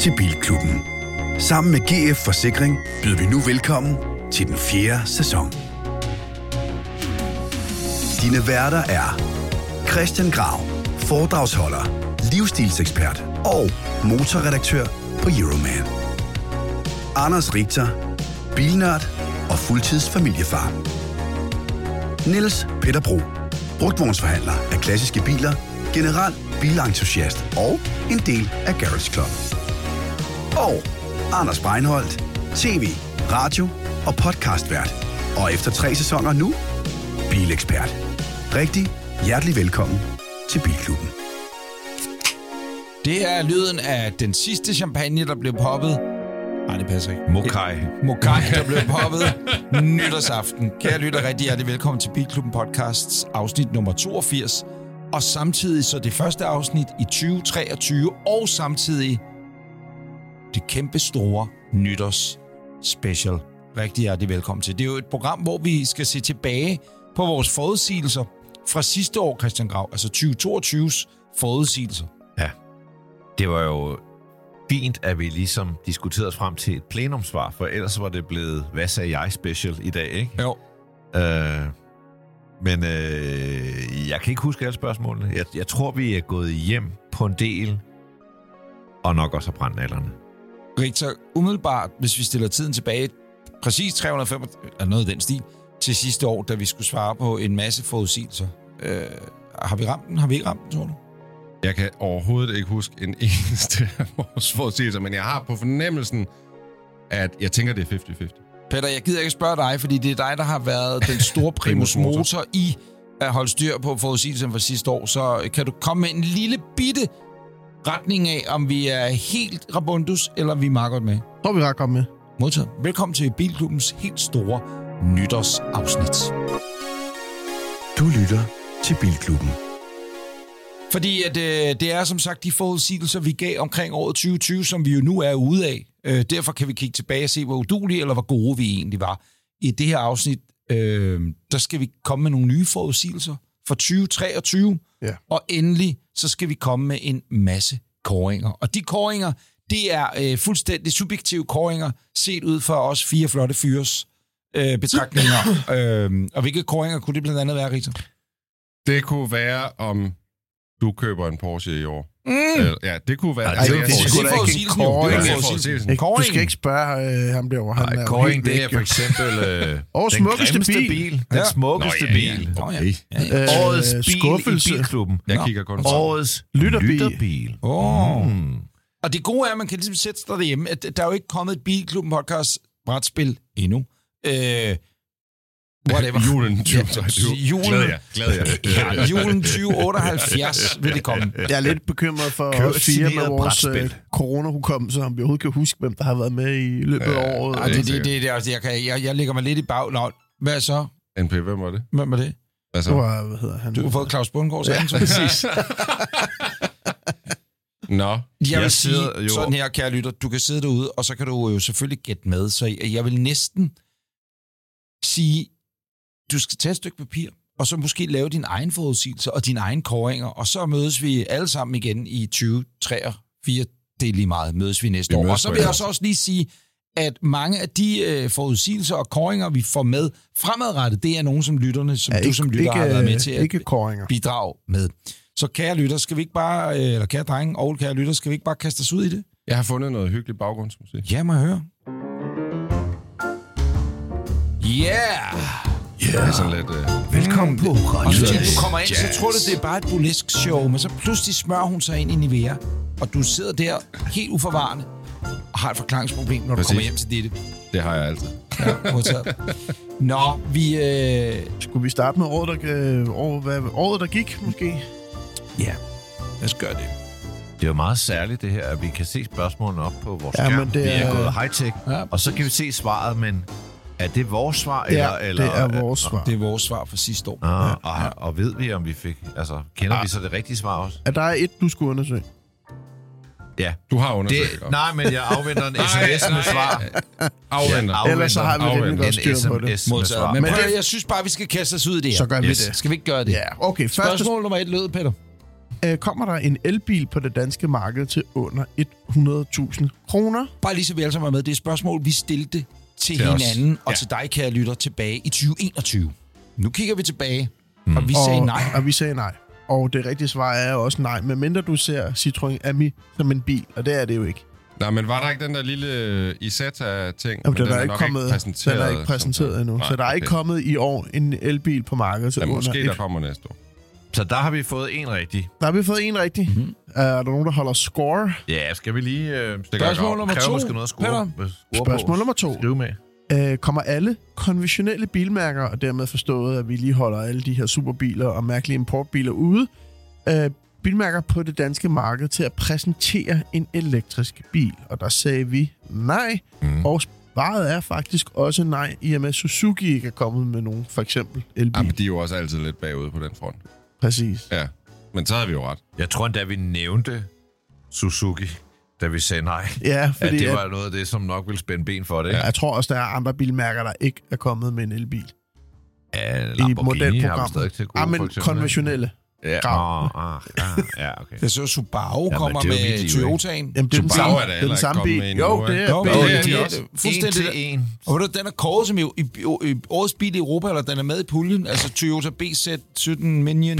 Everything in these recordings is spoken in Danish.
til Bilklubben. Sammen med GF Forsikring byder vi nu velkommen til den 4. sæson. Dine værter er Christian Grav, foredragsholder, livsstilsekspert og motorredaktør på Euroman. Anders Richter, bilnørd og fuldtidsfamiliefar. Niels Peter Bro, brugtvognsforhandler af klassiske biler, general bilentusiast og en del af Garage Club. Og Anders Breinholt, tv, radio og podcastvært. Og efter 3 sæsoner nu, bilekspert. Rigtig hjertelig velkommen til Bilklubben. Det er lyden af den sidste champagne, der blev poppet. Nej, det passer ikke. Mokai, der blev poppet nytårsaften. Kære lytter, rigtig hjertelig velkommen til Bilklubben Podcasts afsnit nummer 82. Og samtidig så det første afsnit i 2023, og samtidig det kæmpe store nytårs special. Rigtig hjertelig velkommen til. Det er jo et program, hvor vi skal se tilbage på vores forudsigelser fra sidste år, Christian Grav, altså 2022's forudsigelser. Ja, det var jo fint, at vi ligesom diskuterede os frem til et plenumsvar, for ellers var det blevet, hvad sagde jeg special i dag, ikke? Jo. Men jeg kan ikke huske alle spørgsmålene. Jeg tror, vi er gået hjem på en del, og nok også har brændt nallerne. Richter, umiddelbart, hvis vi stiller tiden tilbage, præcis 305, eller noget af den stil, til sidste år, da vi skulle svare på en masse forudsigelser. Har vi ramt den? Har vi ikke ramt den, tror du? Jeg kan overhovedet ikke huske en eneste af vores forudsigelser, men jeg har på fornemmelsen, at jeg tænker, det er 50-50. Peter, jeg gider ikke spørge dig, fordi det er dig, der har været den store primus motor i at holde styr på forudsigelsen for sidste år. Så kan du komme med en lille bitte retning af, om vi er helt rabundus, eller vi er meget godt med? Så vi ret komme med. Modtaget. Velkommen til Bilklubbens helt store nytårsafsnit. Du lytter til Bilklubben. Fordi at, det er som sagt de forudsigelser, vi gav omkring året 2020, som vi jo nu er ude af. Derfor kan vi kigge tilbage og se, hvor udulige eller hvor gode vi egentlig var. I det her afsnit, der skal vi komme med nogle nye forudsigelser for 2023. Ja. Og endelig, så skal vi komme med en masse kåringer. Og de kåringer, det er fuldstændig subjektive kåringer, set ud fra os 4 flotte fyres betragtninger. Og hvilke kåringer kunne det blandt andet være, Rita? Det kunne være, om du køber en Porsche i år. Ja, det kunne være. Det er sgu da ikke en kåring. Du skal ikke spørge ham derovre. Nej, kåring, det er for eksempel den grimmeste bil. Den smukkeste bil. Okay. Årets bil skuffelse. I Bilklubben. Jeg kigger kun. Årets lytterbil. Og det gode er, at man kan ligesom sætte sig derhjemme, at der er jo ikke kommet et Bilklubben-podcast brætspil endnu. Whatever. Julen 2023. Julen 2078 vil det komme. Jeg er lidt bekymret for os 4 med vores corona-hukommelse, om vi overhovedet kan huske, hvem der har været med i løbet af året. Jeg lægger mig lidt i bag. Nå, hvad så? NP, hvem var det? Hvem var det? Altså, hvad hedder han? Du har fået Claus Bundgaard, så ja, præcis. Nå. Jeg vil sige sådan her, kære lytter, du kan sidde derude, og så kan du jo selvfølgelig gætte med. Så jeg vil næsten sige, du skal tage et stykke papir, og så måske lave din egen forudsigelse og dine egne kåringer, og så mødes vi alle sammen igen i 2023. Det er lige meget, mødes vi næste år. Og så vil jeg også lige sige, at mange af de forudsigelser og kåringer, vi får med fremadrettet, det er nogen, som lytterne, som du som lytter har været med til at bidrage med. Så kære lytter, skal vi ikke bare, eller kære drenge og kære lytter, skal vi ikke bare kaste os ud i det? Jeg har fundet noget hyggeligt baggrundsmusik. Ja, må jeg høre. Yeah! Det er sådan lidt... Velkommen på Radio. Og så du kommer ind, så tror du, det er bare et burlesk show, men så pludselig smører hun sig ind i Nivea, og du sidder der helt uforvarende og har et forklaringsproblem, når du kommer hjem til dette. Det har jeg altid. Ja, modtaget. Nå, vi... Skulle vi starte med året, der gik, måske? Ja, lad os gøre det. Det er jo meget særligt det her, at vi kan se spørgsmålene op på vores skærm. Det vi er gået high-tech, og så kan vi se svaret, men er det vores svar? Ja, eller, det er vores svar. Det er vores svar for sidste år. Og ved vi, om vi fik... Altså, kender vi så det rigtige svar også? Der er et, du skulle undersøge. Ja. Du har undersøgt. Nej, men jeg afventer en sms med svar. Afventer. Ellers så har vi rimelig godt styr på det. Modtaget. Men jeg synes bare, vi skal kaste os ud i det her. Så gør vi det. Skal vi ikke gøre det? Ja, okay. Spørgsmål nummer 1 lød, Peter. kommer der en elbil på det danske marked til under 100.000 kroner. Bare lige så vi alle sammen er med. Det er et spørgsmål, vi stillede til hinanden og til dig, kære lytter, tilbage i 2021. Nu kigger vi tilbage, og vi sagde nej. Og vi sagde nej. Og det rigtige svar er også nej, medmindre du ser Citroën Ami som en bil, og det er det jo ikke. Nej, men var der ikke den der lille Isetta-ting? Jamen, den er ikke præsenteret endnu. Nej, så der er ikke kommet i år en elbil på markedet. Ja, måske der kommer næste år. Så der har vi fået en rigtig. Der har vi fået en rigtig. Mm-hmm. Er der nogen, der holder score? Ja, skal vi lige... Spørgsmål nummer 2. Spørgsmål nummer 2. Skriv med. Kommer alle konventionelle bilmærker, og dermed forstået, at vi lige holder alle de her superbiler og mærkelige importbiler ude, bilmærker på det danske marked til at præsentere en elektrisk bil? Og der sagde vi nej, og svaret er faktisk også nej, i og med Suzuki ikke er kommet med nogen, for eksempel elbil. Ja, men de er jo også altid lidt bagude på den front. Præcis. Ja, men så havde vi jo ret. Jeg tror endda, vi nævnte Suzuki, da vi sagde nej. Ja, fordi det var noget af det, som nok ville spænde ben for det. Ja, jeg tror også, der er andre bilmærker, der ikke er kommet med en elbil. Lamborghini har vi stadig til gode, men konventionelle. Ja, okay. Jeg så Subaru kommer med Toyotaen. Jamen, det er Subaru er den samme bil. Jo, det er fuldstændig en. Og den er kåret som i årets bil i Europa, eller den er med i puljen. Altså Toyota BZ17 Minion.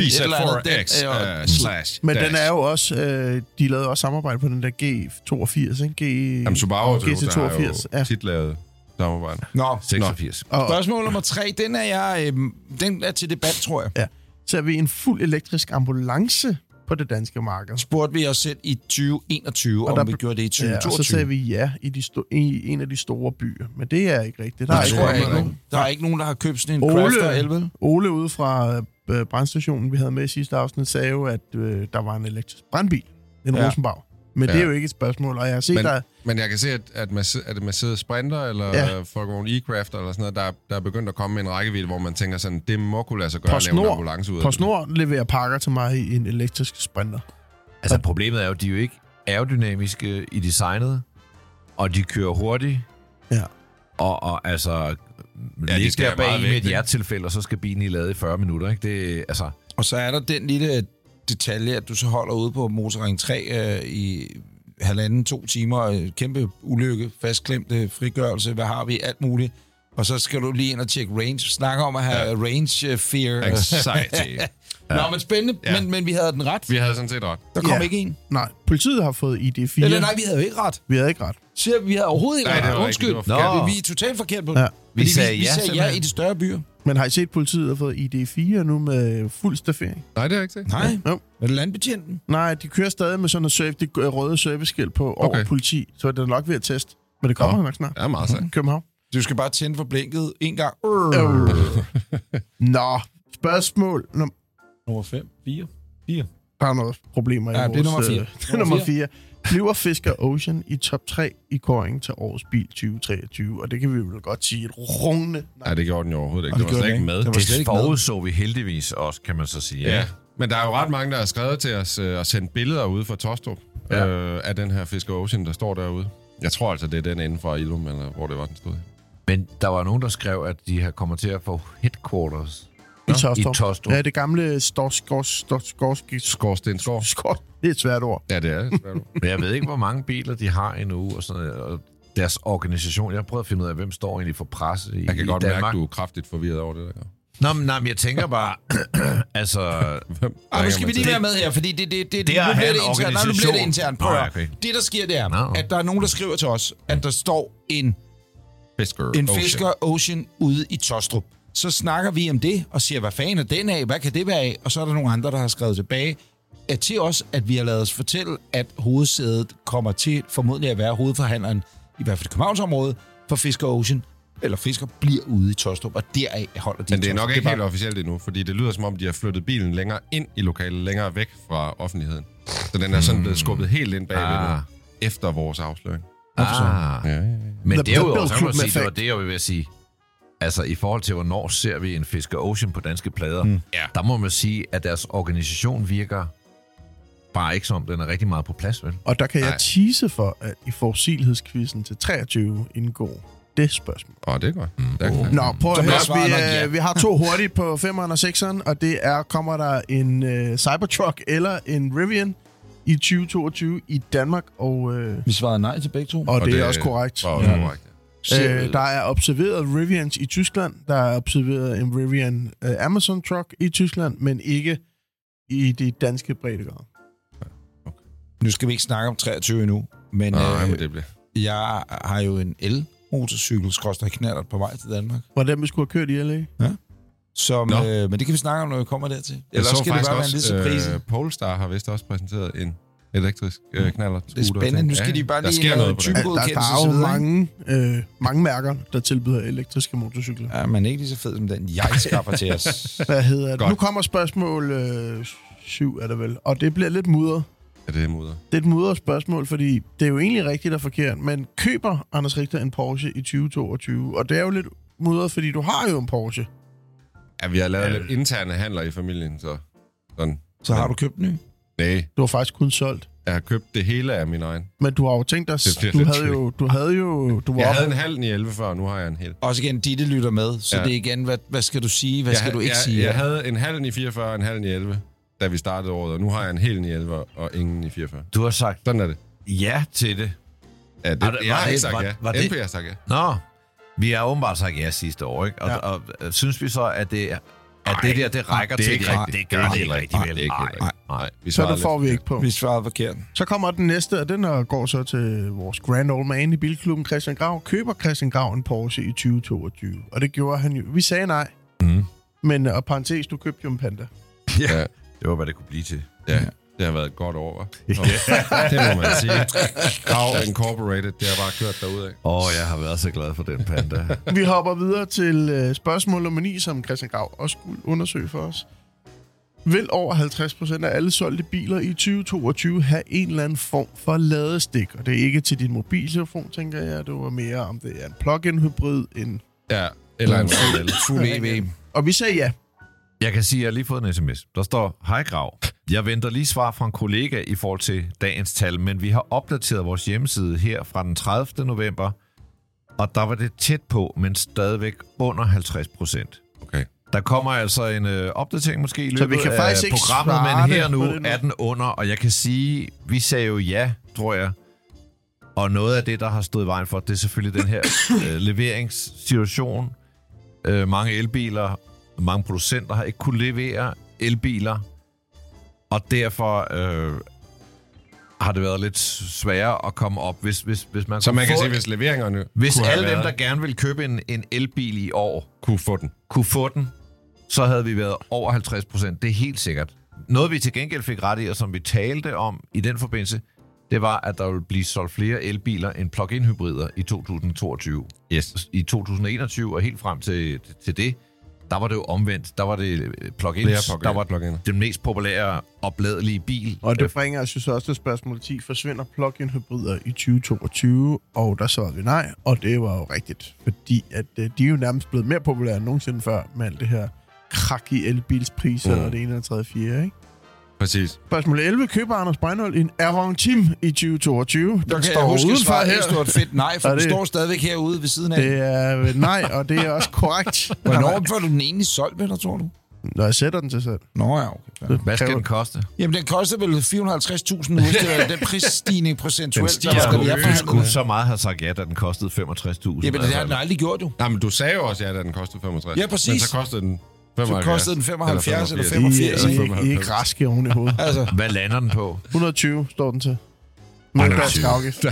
BZ4X Men den er jo også... de lavede også samarbejde på den der G82, ikke? Jamen, Subaru og Toyota har jo tit lavet samarbejde. Nå, 86. Spørgsmål nummer 3, den er til debat, tror jeg. Ja. Så er vi en fuld elektrisk ambulance på det danske marked. Spurgte vi os selv i 2021, om vi gjorde det i 2022. Ja, og så sagde vi ja i en af de store byer. Men det er ikke rigtigt. Der er ikke nogen, der har købt sådan en Crafter 11. Ole ude fra brandstationen, vi havde med i sidste afsnit, sagde jo, at der var en elektrisk brandbil. En Rosenbauer. Men det er jo ikke et spørgsmål, og jeg har set Men jeg kan se, at Mercedes Sprinter, eller Volkswagen e-Crafter, eller sådan noget, der er begyndt at komme med en rækkevidde, hvor man tænker sådan, det må kunne lade sig gøre at lave en ambulance ud af PostNord leverer pakker til mig i en elektrisk Sprinter. Altså problemet er jo, de er jo ikke aerodynamiske i designet, og de kører hurtigt. Ja. Og altså, ligge der bag med et hjertetilfælde, og så skal bilen i lade i 40 minutter, ikke? Det, altså... Og så er der den lille detalje, at du så holder ude på Motorring 3 i 1,5-2 timer, kæmpe ulykke, fastklemte frigørelse, hvad har vi, alt muligt. Og så skal du lige ind og tjekke range. Snakker om at have range fear. Anxiety. Nå, men spændende, men vi havde den ret. Vi havde sådan set ret. Der kom ikke en. Nej, politiet har fået ID4. Eller nej, vi havde jo ikke ret. Vi havde ikke ret. Vi havde overhovedet ikke ret. Undskyld. Vi er totalt forkert på det. Ja. Vi sagde ja i de større byer. Men har I set, politiet har fået ID4 nu med fuld staffering? Nej, det er ikke set. Nej. Jo. Er det landbetjenten? Nej, de kører stadig med sådan et røde serviceskilt på over politi. Så er det nok ved at teste. Men det kommer nok snart. Ja, meget sejt. København. Du skal bare tænde for blinket en gang. Nå, spørgsmål. Nummer 5. 4. Der er noget problemer i det er nummer 4. Det er nummer 4. Bliver Fisker Ocean i top 3 i kåring til årets bil 2023, og det kan vi vel godt sige et rungende. Nej, det gjorde den jo overhovedet ikke. Det var slet ikke med. Det forudså vi heldigvis også, kan man så sige. Ja, men der er jo ret mange, der har skrevet til os og sendt billeder ude fra Tostrup af den her Fisker Ocean, der står derude. Jeg tror altså, det er den inden fra Ilum, eller hvor det var, den stod. Men der var nogen, der skrev, at de kommer til at få headquarters i Tostrup. Ja, det gamle Skorstensgård. Det er et svært ord. Ja, det er et svært ord. Men jeg ved ikke, hvor mange biler de har endnu, og sådan noget, og deres organisation. Jeg har prøvet at finde ud af, hvem står egentlig for presse i Danmark. Jeg kan godt mærke, at du er kraftigt forvirret over det der. Nå, men jeg tænker bare, altså... Nu skal vi lige være med her, fordi det bliver det internt. Det, der sker, det er, at der er nogen, der skriver til os, at der står en Fisker Ocean ude i Tostrup. Så snakker vi om det, og siger, hvad fanden er den af? Hvad kan det være af? Og så er der nogle andre, der har skrevet tilbage til os, at vi har lavet os fortælle, at hovedsædet kommer til formodentlig at være hovedforhandleren, i hvert fald i Københavnsområdet, for Fisker Ocean, eller Fisker bliver ude i Tostrup, og deraf holder de. Men det er nok ikke helt officielt endnu, fordi det lyder som om, de har flyttet bilen længere ind i lokalet, længere væk fra offentligheden. Så den er sådan blevet skubbet helt ind bagved nu, efter vores afsløring. Men derudover, så må man sige, det var det, jeg vil sige. Altså, i forhold til, hvornår ser vi en Fisker Ocean på danske plader, der må man sige, at deres organisation virker bare ikke som, den er rigtig meget på plads, vel? Og der kan jeg tease for, at i forudsigelighedsquizzen til 23 indgår det spørgsmål. Det er godt. Nå, prøv at høre. Vi har 2 hurtige på 5'eren og 6'eren, og det er, kommer der en Cybertruck eller en Rivian i 2022 i Danmark. Og, vi svarede nej til begge to. Og det er også korrekt. Der er observeret Rivians i Tyskland. Der er observeret en Rivian Amazon Truck i Tyskland, men ikke i de danske breddegrader. Okay. Nu skal vi ikke snakke om 23 endnu, men det bliver. Jeg har jo en el-motorcykel, knallert på vej til Danmark. Hvordan vi skulle have kørt i LA? Ja. Men det kan vi snakke om, når vi kommer dertil. Ellers skal det bare være en lille surprise. Polestar har vist også præsenteret en elektrisk knallert. Det er spændende. Nu skal de bare lige have noget typegodkendelse. Der er jo mange mærker, der tilbyder elektriske motorcykler. Ja, men ikke lige så fed som den, jeg skaffer til os. Hvad hedder det? Godt. Nu kommer spørgsmål 7, er det vel. Og det bliver lidt mudret. Ja, det er mudret. Det er et mudret spørgsmål, fordi det er jo egentlig rigtigt og forkert. Men køber Anders Richter en Porsche i 2022? Og det er jo lidt mudret, fordi du har jo en Porsche. Ja, vi har lavet lidt interne handler i familien, så sådan. Så har du købt den ny? Nej. Du har faktisk kun solgt. Jeg har købt det hele af min egen. Men du har jo tænkt dig, jeg havde en halv i 11 før, nu har jeg en hel. Også igen, Ditte lytter med, så det er igen, hvad skal du sige, hvad skal du ikke sige? Jeg havde en halv i 44 og en halv i 11, da vi startede året, og nu har jeg en hel i 11 og ingen i 44. Du har sagt sådan er det. Ja til det. Ja, jeg har ikke sagt ja. MP har sagt ja. Nå, vi har åbenbart sagt ja sidste år, ikke? Og synes vi så, at det det rækker til det? Det gør det ikke rigtig vel. Nej. Så der får vi ikke på. Vi svarede forkert. Så kommer den næste, og den går så til vores grand old man i bilklubben, Christian Grav. Køber Christian Grav en Porsche i 2022? Og det gjorde han jo. Vi sagde nej. Men, og parentes, du købte jo en Panda. Ja, det var, hvad det kunne blive til. Ja. Det har været et godt år, det må man sige. Grav Incorporated, det har bare kørt derudad. Jeg har været så glad for den Panda. Vi hopper videre til spørgsmål nummer 9, som Christian Grav også skulle undersøge for os. Vil over 50% af alle solgte biler i 2022 have en eller anden form for ladestik? Og det er ikke til din mobiltelefon, tænker jeg. Det var mere, om det er en plug-in hybrid, eller en fuld EV. Og vi sagde ja. Jeg kan sige, at jeg har lige fået en sms. Der står, hej Grav. Jeg venter lige svar fra en kollega i forhold til dagens tal, men vi har opdateret vores hjemmeside her fra den 30. november, og der var det tæt på, men stadigvæk under 50%. Okay. Der kommer altså en opdatering måske i løbet af programmet, men her nu er den under, og jeg kan sige, vi sagde jo ja, tror jeg. Og noget af det, der har stået i vejen for, det er selvfølgelig den her leveringssituation. Mange elbiler, mange producenter har ikke kunne levere elbiler, og derfor har det været lidt sværere at komme op, hvis man så man kan sige, hvis leveringerne hvis alle dem, der gerne vil købe en elbil i år, kunne få den, så havde vi været over 50%. Det er helt sikkert. Noget, vi til gengæld fik ret i, og som vi talte om i den forbindelse, det var, at der ville blive solgt flere elbiler end plug-in hybrider i 2022. Yes. I 2021 og helt frem til det, der var det jo omvendt. Der var det plug-ins, der var den mest populære opladelige bil. Og det bringer os jo så også til spørgsmål 10. Forsvinder plug-in hybrider i 2022? Og der svarede vi nej, og det var jo rigtigt. Fordi at de er jo nærmest blevet mere populære end nogensinde før med alt det her krak i elbilspriser og det ene og 3. 4, ikke? Præcis. Spørgsmål 11. Køber Anders Breinholt en Avantime i 2022? Der kan jeg huske svaret her. Stort fedt nej, for den står stadigvæk herude ved siden af. Det er nej, og det er også korrekt. Hvornår får du den egentlig solgt, hvad der tror du? Når jeg sætter den til salg. Nå ja, okay. Hvad skal den koste? Jamen, den koster vel 450.000 nu. Det er den prisstigning procentuelt. Den stiger. Du skulle så meget have sagt ja, da den kostede 65.000. Jamen, det har den aldrig gjort, du. Nej, men du sagde jo også ja, da den kostede 65. Ja, præcis. Men så kostede den 75. Så kostede den 75 eller 85. I ikke raske oven i hovedet. Altså. Hvad lander den på? 120 står den til. Med dansk afgift.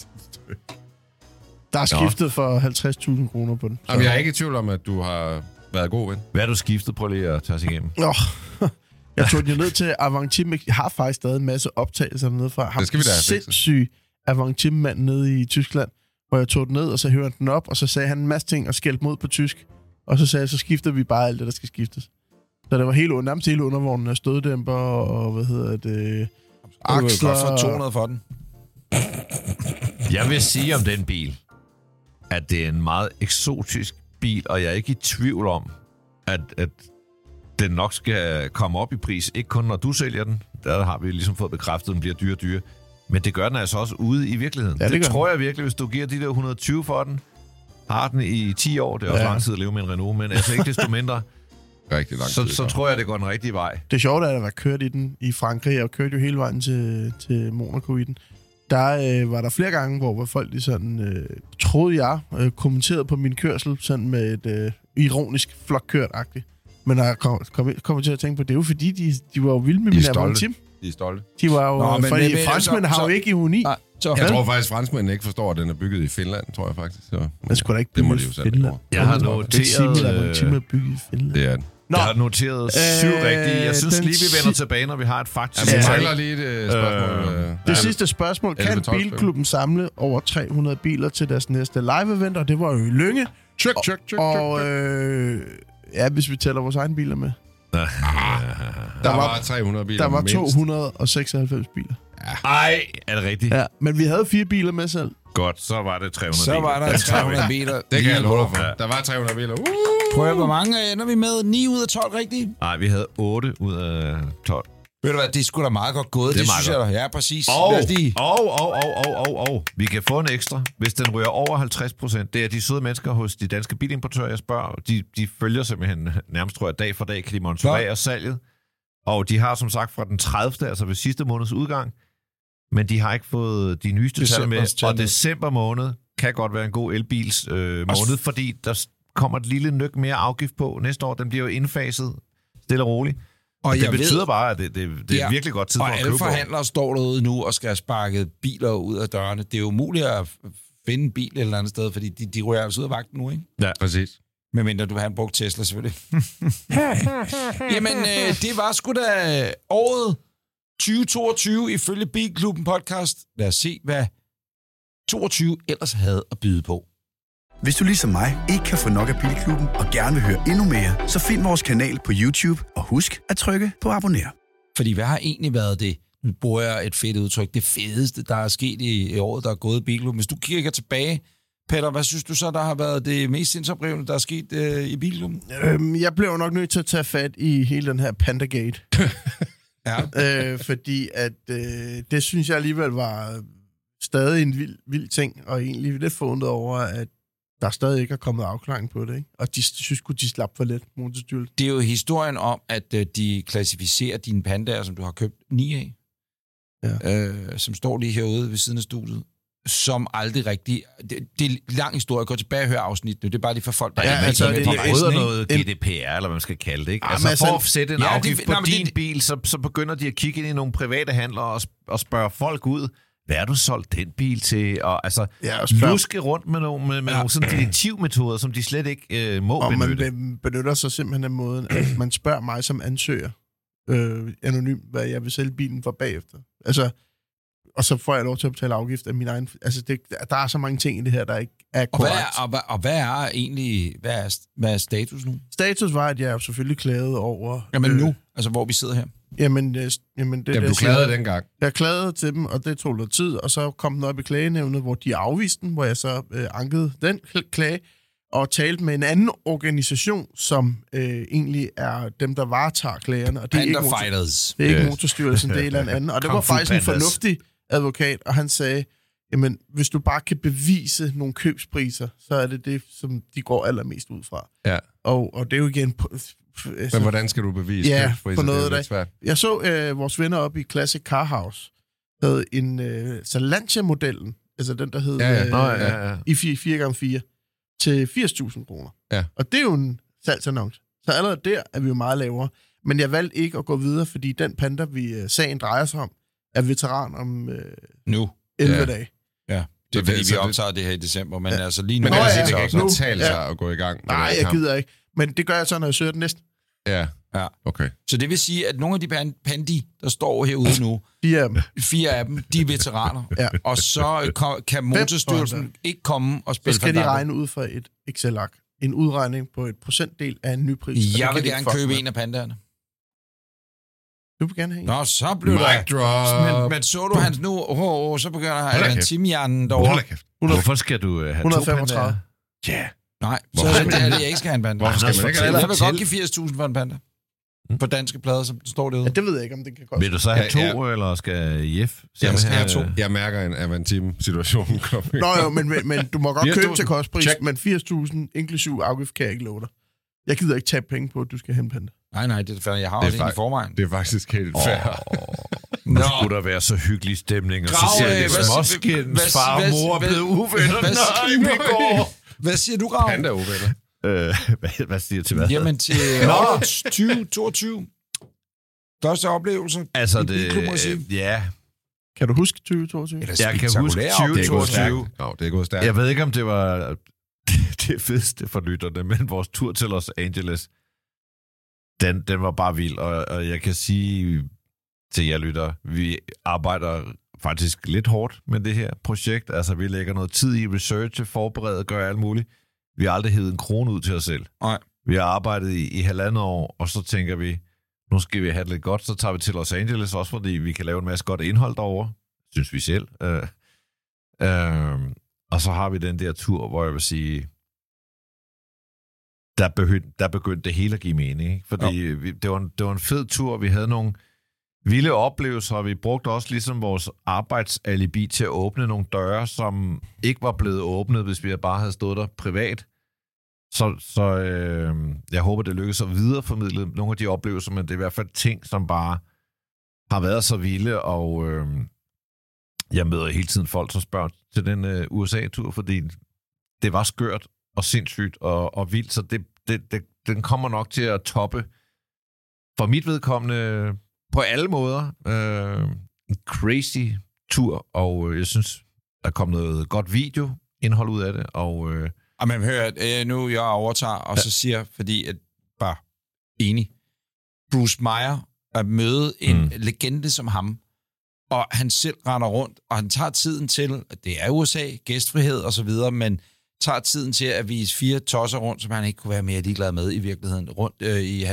Der er skiftet for 50.000 kroner på den. Jamen, jeg er ikke i tvivl om, at du har været god ven. Hvad er du skiftet på lige at tage sig igennem? Jeg tog den jo ned til Avantime. Jeg har faktisk stadig en masse optagelser dernede fra. Det skal vi da have sindssyg Avantime-mand nede i Tyskland, hvor jeg tog den ned, og så hørte den op, og så sagde han en masse ting og skældte mod på tysk. Og så sagde jeg, så skifter vi bare alt det, der skal skiftes. Så det var nærmest hele undervognen af støddæmper og aksler. Du vil godt få 200 for den. Jeg vil sige om den bil, at det er en meget eksotisk bil, og jeg er ikke i tvivl om, at den nok skal komme op i pris. Ikke kun når du sælger den. Der har vi ligesom fået bekræftet, at den bliver dyre og dyre. Men det gør den altså også ude i virkeligheden. Ja, det tror jeg virkelig, hvis du giver de der 120 for den, har den i 10 år. Det er også lang tid at leve med en Renault, men altså ikke desto mindre, rigtig lang tid, så tror jeg, det går den rigtige vej. Det er sjovt, at jeg har kørt i den i Frankrig, og kørte jo hele vejen til Monaco i den. Der var der flere gange, hvor folk de sådan, troede jeg, kommenterede på min kørsel sådan med et ironisk flokkørt-agtigt. Men jeg kom til at tænke på, det er jo fordi, de var jo vilde med min Avantime. De er stolte. De var jo, fordi franskmænd har jo ikke i uni. Jeg tror faktisk, franskmændene ikke forstår, at den er bygget i Finland, tror jeg faktisk. Så, den skulle da ikke bygget i Finland. Jeg har noteret... Avantime er bygget i Finland. Det er den. Jeg har noteret 7 rigtige. Jeg synes lige, vi vender tilbage, når vi har et faktisk. Ja, vi mangler lige et spørgsmål. Det sidste spørgsmål. Kan Bilklubben samle over 300 biler til deres næste live-event? Og det var jo i Lynge. Check. Og ja, hvis vi tæller vores egne biler med. Der var 300 biler. Der var 296 biler. Ej, er det rigtigt? Ja, men vi havde 4 biler med selv. Godt, så var det 300 biler. Så var der 300 biler. Det kan jeg love for. Der var 300 biler. Prøv hvor mange ender vi med? 9 ud af 12 rigtigt? Nej, vi havde 8 ud af 12. Ved du hvad, det er sgu da meget godt gået. Det synes jeg. Ja, præcis. Og vi kan få en ekstra, hvis den ryger over 50%. Det er de søde mennesker hos de danske bilimportører, jeg spørger. De følger simpelthen nærmest, tror jeg, dag for dag, kan de monitorere salget. Og de har som sagt fra den 30. altså ved sidste måneds udgang, men de har ikke fået de nyeste tal med. Og december måned kan godt være en god elbils måned, fordi der kommer et lille nøk mere afgift på næste år. Den bliver jo indfaset stille og roligt. Og det betyder bare, at det er virkelig godt tid for at købe. Og alle forhandlere står derude nu og skal have sparket biler ud af dørene. Det er jo umuligt at finde en bil et eller andet sted, fordi de rører altså ud af vagten nu, ikke? Ja, præcis. Medmindre du vil have en brugt Tesla, selvfølgelig. Jamen, det var sgu da året 2022 ifølge Bilklubben podcast. Lad os se, hvad 22 ellers havde at byde på. Hvis du ligesom mig ikke kan få nok af Bilklubben og gerne vil høre endnu mere, så find vores kanal på YouTube og husk at trykke på abonner. Fordi hvad har egentlig været det, nu bruger jeg et fedt udtryk, det fedeste, der er sket i året, der er gået i Bilklubben? Hvis du kigger tilbage, Peter, hvad synes du så, der har været det mest sindsoprivende, der er sket i Bilklubben? Jeg blev nok nødt til at tage fat i hele den her Pandagate. Ja. Fordi at det synes jeg alligevel var stadig en vild ting, og egentlig lidt forundret over, at der stadig ikke er kommet afklaring på det, ikke? Og de synes de slap for let, Motorstyrelsen. Det er jo historien om, at de klassificerer dine pandaer, som du har købt 9 af, som står lige herude ved siden af studiet, som aldrig rigtig... Det er en lang historie. Gå tilbage og høre afsnit nu. Det er bare lige for folk, der de bryder noget GDPR, eller hvad man skal kalde det, ikke? Altså for at sætte en afgift på din bil, så begynder de at kigge ind i nogle private handlere og spørge folk ud, hvad har du solgt den bil til? Og altså, luske rundt med nogle sådan detektivmetoder, som de slet ikke må benytte. Og man benytter sig simpelthen af måden, at man spørger mig som ansøger, anonym, hvad jeg vil sælge bilen for bagefter. Altså, og så får jeg lov til at betale afgift af min egen... Altså, der er så mange ting i det her, der ikke er korrekt. Og hvad er egentlig... Hvad er status nu? Status var, at jeg selvfølgelig klagede over... Jamen nu? Altså, hvor vi sidder her? Jamen, du klagede dengang. Jeg klagede til dem, og det tog lidt tid, og så kom den op i klagenævnet, hvor de afviste den, hvor jeg så ankede den klage, og talte med en anden organisation, som egentlig er dem, der varetager klagerne. Og det er ikke Motorstyrelsen, det er en eller anden. Og det var faktisk en fornuftig advokat, og han sagde, jamen, hvis du bare kan bevise nogle købspriser, så er det, som de går allermest ud fra. Ja. Og det er jo igen... Men hvordan skal du bevise købspriser? På noget af det. Jeg så vores venner op i Classic Car House, havde en Lancia-modellen, altså den, der hed i 4x4, til 80.000 kroner. Ja. Og det er jo en salgsannonce. Så allerede der er vi jo meget lavere. Men jeg valgte ikke at gå videre, fordi den Panda, sagen drejer sig om, er veteran om 11 dage. Ja. Det er fordi, vi optager det her i december, men altså lige nu... Men det kan ikke betale sig at gå i gang. Nej, jeg gider ikke. Men det gør jeg så, når jeg søger den næste. Ja, okay. Så det vil sige, at nogle af de pandi, der står herude nu, 4 af dem, de er veteraner. Og så kan Motorstyrelsen ikke komme og spille. Så skal de regne ud fra et Excel-ark. En udregning på et procentdel af en ny pris. Jeg vil gerne købe en af pandaerne. Du vil gerne have en. Nå, så blev der... Men så du hans nu... så begynder han timhjernen derovre. Hvorfor skal du have 135. Ja. Nej, så er det, at jeg ikke skal have en panda. Hvorfor skal man ikke have jeg vil godt give 80.000 for en panda. på danske plader, som står derude? Ja, det ved jeg ikke, om det kan koste. Vil du så have 2, eller skal Jeff? Jeg skal have 2. Jeg mærker en Avantim-situation komme. Nå jo, men du må godt købe til kostpris, men 80.000 inklusiv afgift kan jeg ikke love dig. Jeg gider ikke tage penge på, at du skal hente. Nej, det er færdigt. Jeg har også en i forvejen. Det er faktisk helt fair. Nu skulle der være så hyggelig stemning, og så siger det småskins far og mor er blevet uvenner. Hvad siger du, Grav? Han er uvenner. Hvad siger du til hvad? Jamen til 2022. Første oplevelse. Altså det, ja. Kan du huske 2022? Jeg kan huske 2022. Det er gået stærkt. Jeg ved ikke, om det var det fedeste for lytterne, men vores tur til Los Angeles, den var bare vild, og jeg kan sige til jer lytter, vi arbejder faktisk lidt hårdt med det her projekt. Altså, vi lægger noget tid i research, forberede, gør alt muligt. Vi har aldrig hævet en krone ud til os selv. Nej. Vi har arbejdet i 1,5 år, og så tænker vi, nu skal vi have det lidt godt, så tager vi til Los Angeles, også fordi vi kan lave en masse godt indhold derovre, synes vi selv. Og så har vi den der tur, hvor jeg vil sige, der begyndte det hele at give mening. Ikke? Fordi det var en fed tur, vi havde nogle vilde oplevelser, og vi brugte også ligesom vores arbejdsalibi til at åbne nogle døre, som ikke var blevet åbnet, hvis vi bare havde stået der privat. Så jeg håber, det lykkes at videreformidle nogle af de oplevelser, men det er i hvert fald ting, som bare har været så vilde, og jeg møder hele tiden folk, som spørger til den USA-tur, fordi det var skørt og sindssygt og vildt, så den kommer nok til at toppe for mit vedkommende på alle måder. En crazy tur, og jeg synes, der kom noget godt videoindhold ud af det, og men hør, nu jeg overtager, og så siger, fordi at bare enig, Bruce Meyer at møde en legende som ham, og han selv render rundt, og han tager tiden til, at det er USA, gæstfrihed og så videre, men tager tiden til at vise 4 tosser rundt, som han ikke kunne være mere ligeglad med i virkeligheden, rundt i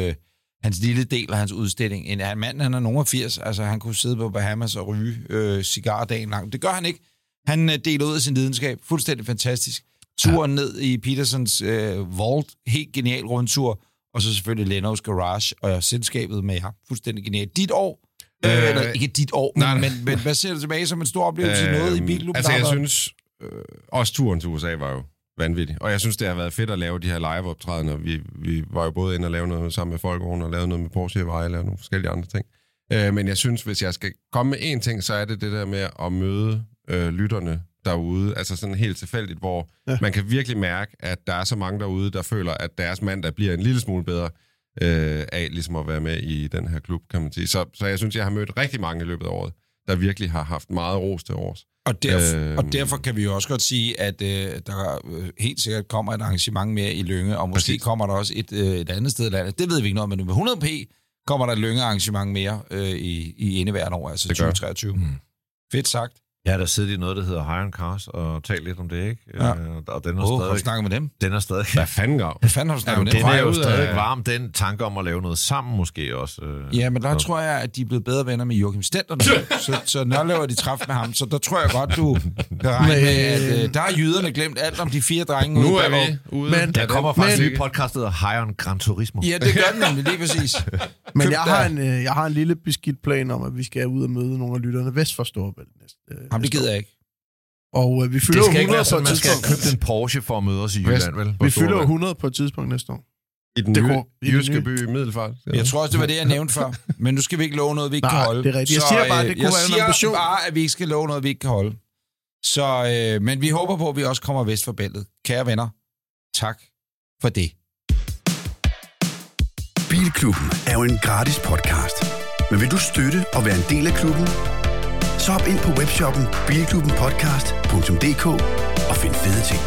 hans lille del af hans udstilling. En mand, han er nogen af 80, altså han kunne sidde på Bahamas og ryge cigarer dagen lang. Det gør han ikke. Han deler ud af sin lidenskab. Fuldstændig fantastisk. Turen ned i Petersons Vault, helt genial rundtur, og så selvfølgelig Leno's Garage og selskabet med jer. Fuldstændig genialt. Dit år, eller ikke dit år, men hvad ser du tilbage som en stor oplevelse noget i bilklubben? Altså jeg synes, også turen til USA var jo vanvittig, og jeg synes, det har været fedt at lave de her live-optrædener. Vi var jo både inde og lave noget sammen med Folkevogn, og lave noget med Porsche Vejle, og nogle forskellige andre ting. Men jeg synes, hvis jeg skal komme med én ting, så er det der med at møde lytterne derude, altså sådan helt tilfældigt, hvor man kan virkelig mærke, at der er så mange derude, der føler, at deres mandag bliver en lille smule bedre af ligesom at være med i den her klub, kan man sige. Så jeg synes, jeg har mødt rigtig mange i løbet af året, der virkelig har haft meget ros til års. Og derfor kan vi jo også godt sige, at der helt sikkert kommer et arrangement mere i Lynge, og måske kommer der også et andet sted i landet. Det ved vi ikke noget, men med 100p kommer der et Lynge-arrangement mere i indeværende år, altså 2023. Fedt sagt. Jeg har da siddet i noget, der hedder Hire Cars, og talt lidt om det, ikke? Ja. Og den er stadig... har du snakket med dem? Den er stadig... Hvad fanden har du snakket med dem? Den er jo stadig varm, den tanke om at lave noget sammen måske også. Ja, men der tror jeg, at de er blevet bedre venner med Joachim Stender nu. så når laver de træf med ham, så der tror jeg godt, du kan regne med, at der har jyderne glemt alt om de 4 drenge. Nu er vi ude. Men der kommer faktisk en ny podcast, der hedder Hire Gran Turismo. Ja, det gør den nemlig, lige præcis. Men jeg har en lille beskidt plan om, at vi skal ud og møde nogle af lytterne vest for Storebælt næste. Jamen, det gider jeg ikke. Og vi fylder 100 på et tidspunkt. Man skal købe en Porsche for at møde os i Jylland, vel? Vi fylder 100 på et tidspunkt næste år. I den jyske by Middelfart. Jeg tror også, det var det, jeg nævnte før. Men nu skal vi ikke love noget, vi ikke kan holde. Det er rigtigt. Jeg siger bare, det kunne være en ambition. Bare, at vi ikke skal love noget, vi ikke kan holde. Så, men vi håber på, at vi også kommer vest for bæltet. Kære venner, tak for det. Bilklubben er jo en gratis podcast. Men vil du støtte og være en del af klubben? Så hop ind på webshoppen bilklubbenpodcast.dk og find fede ting.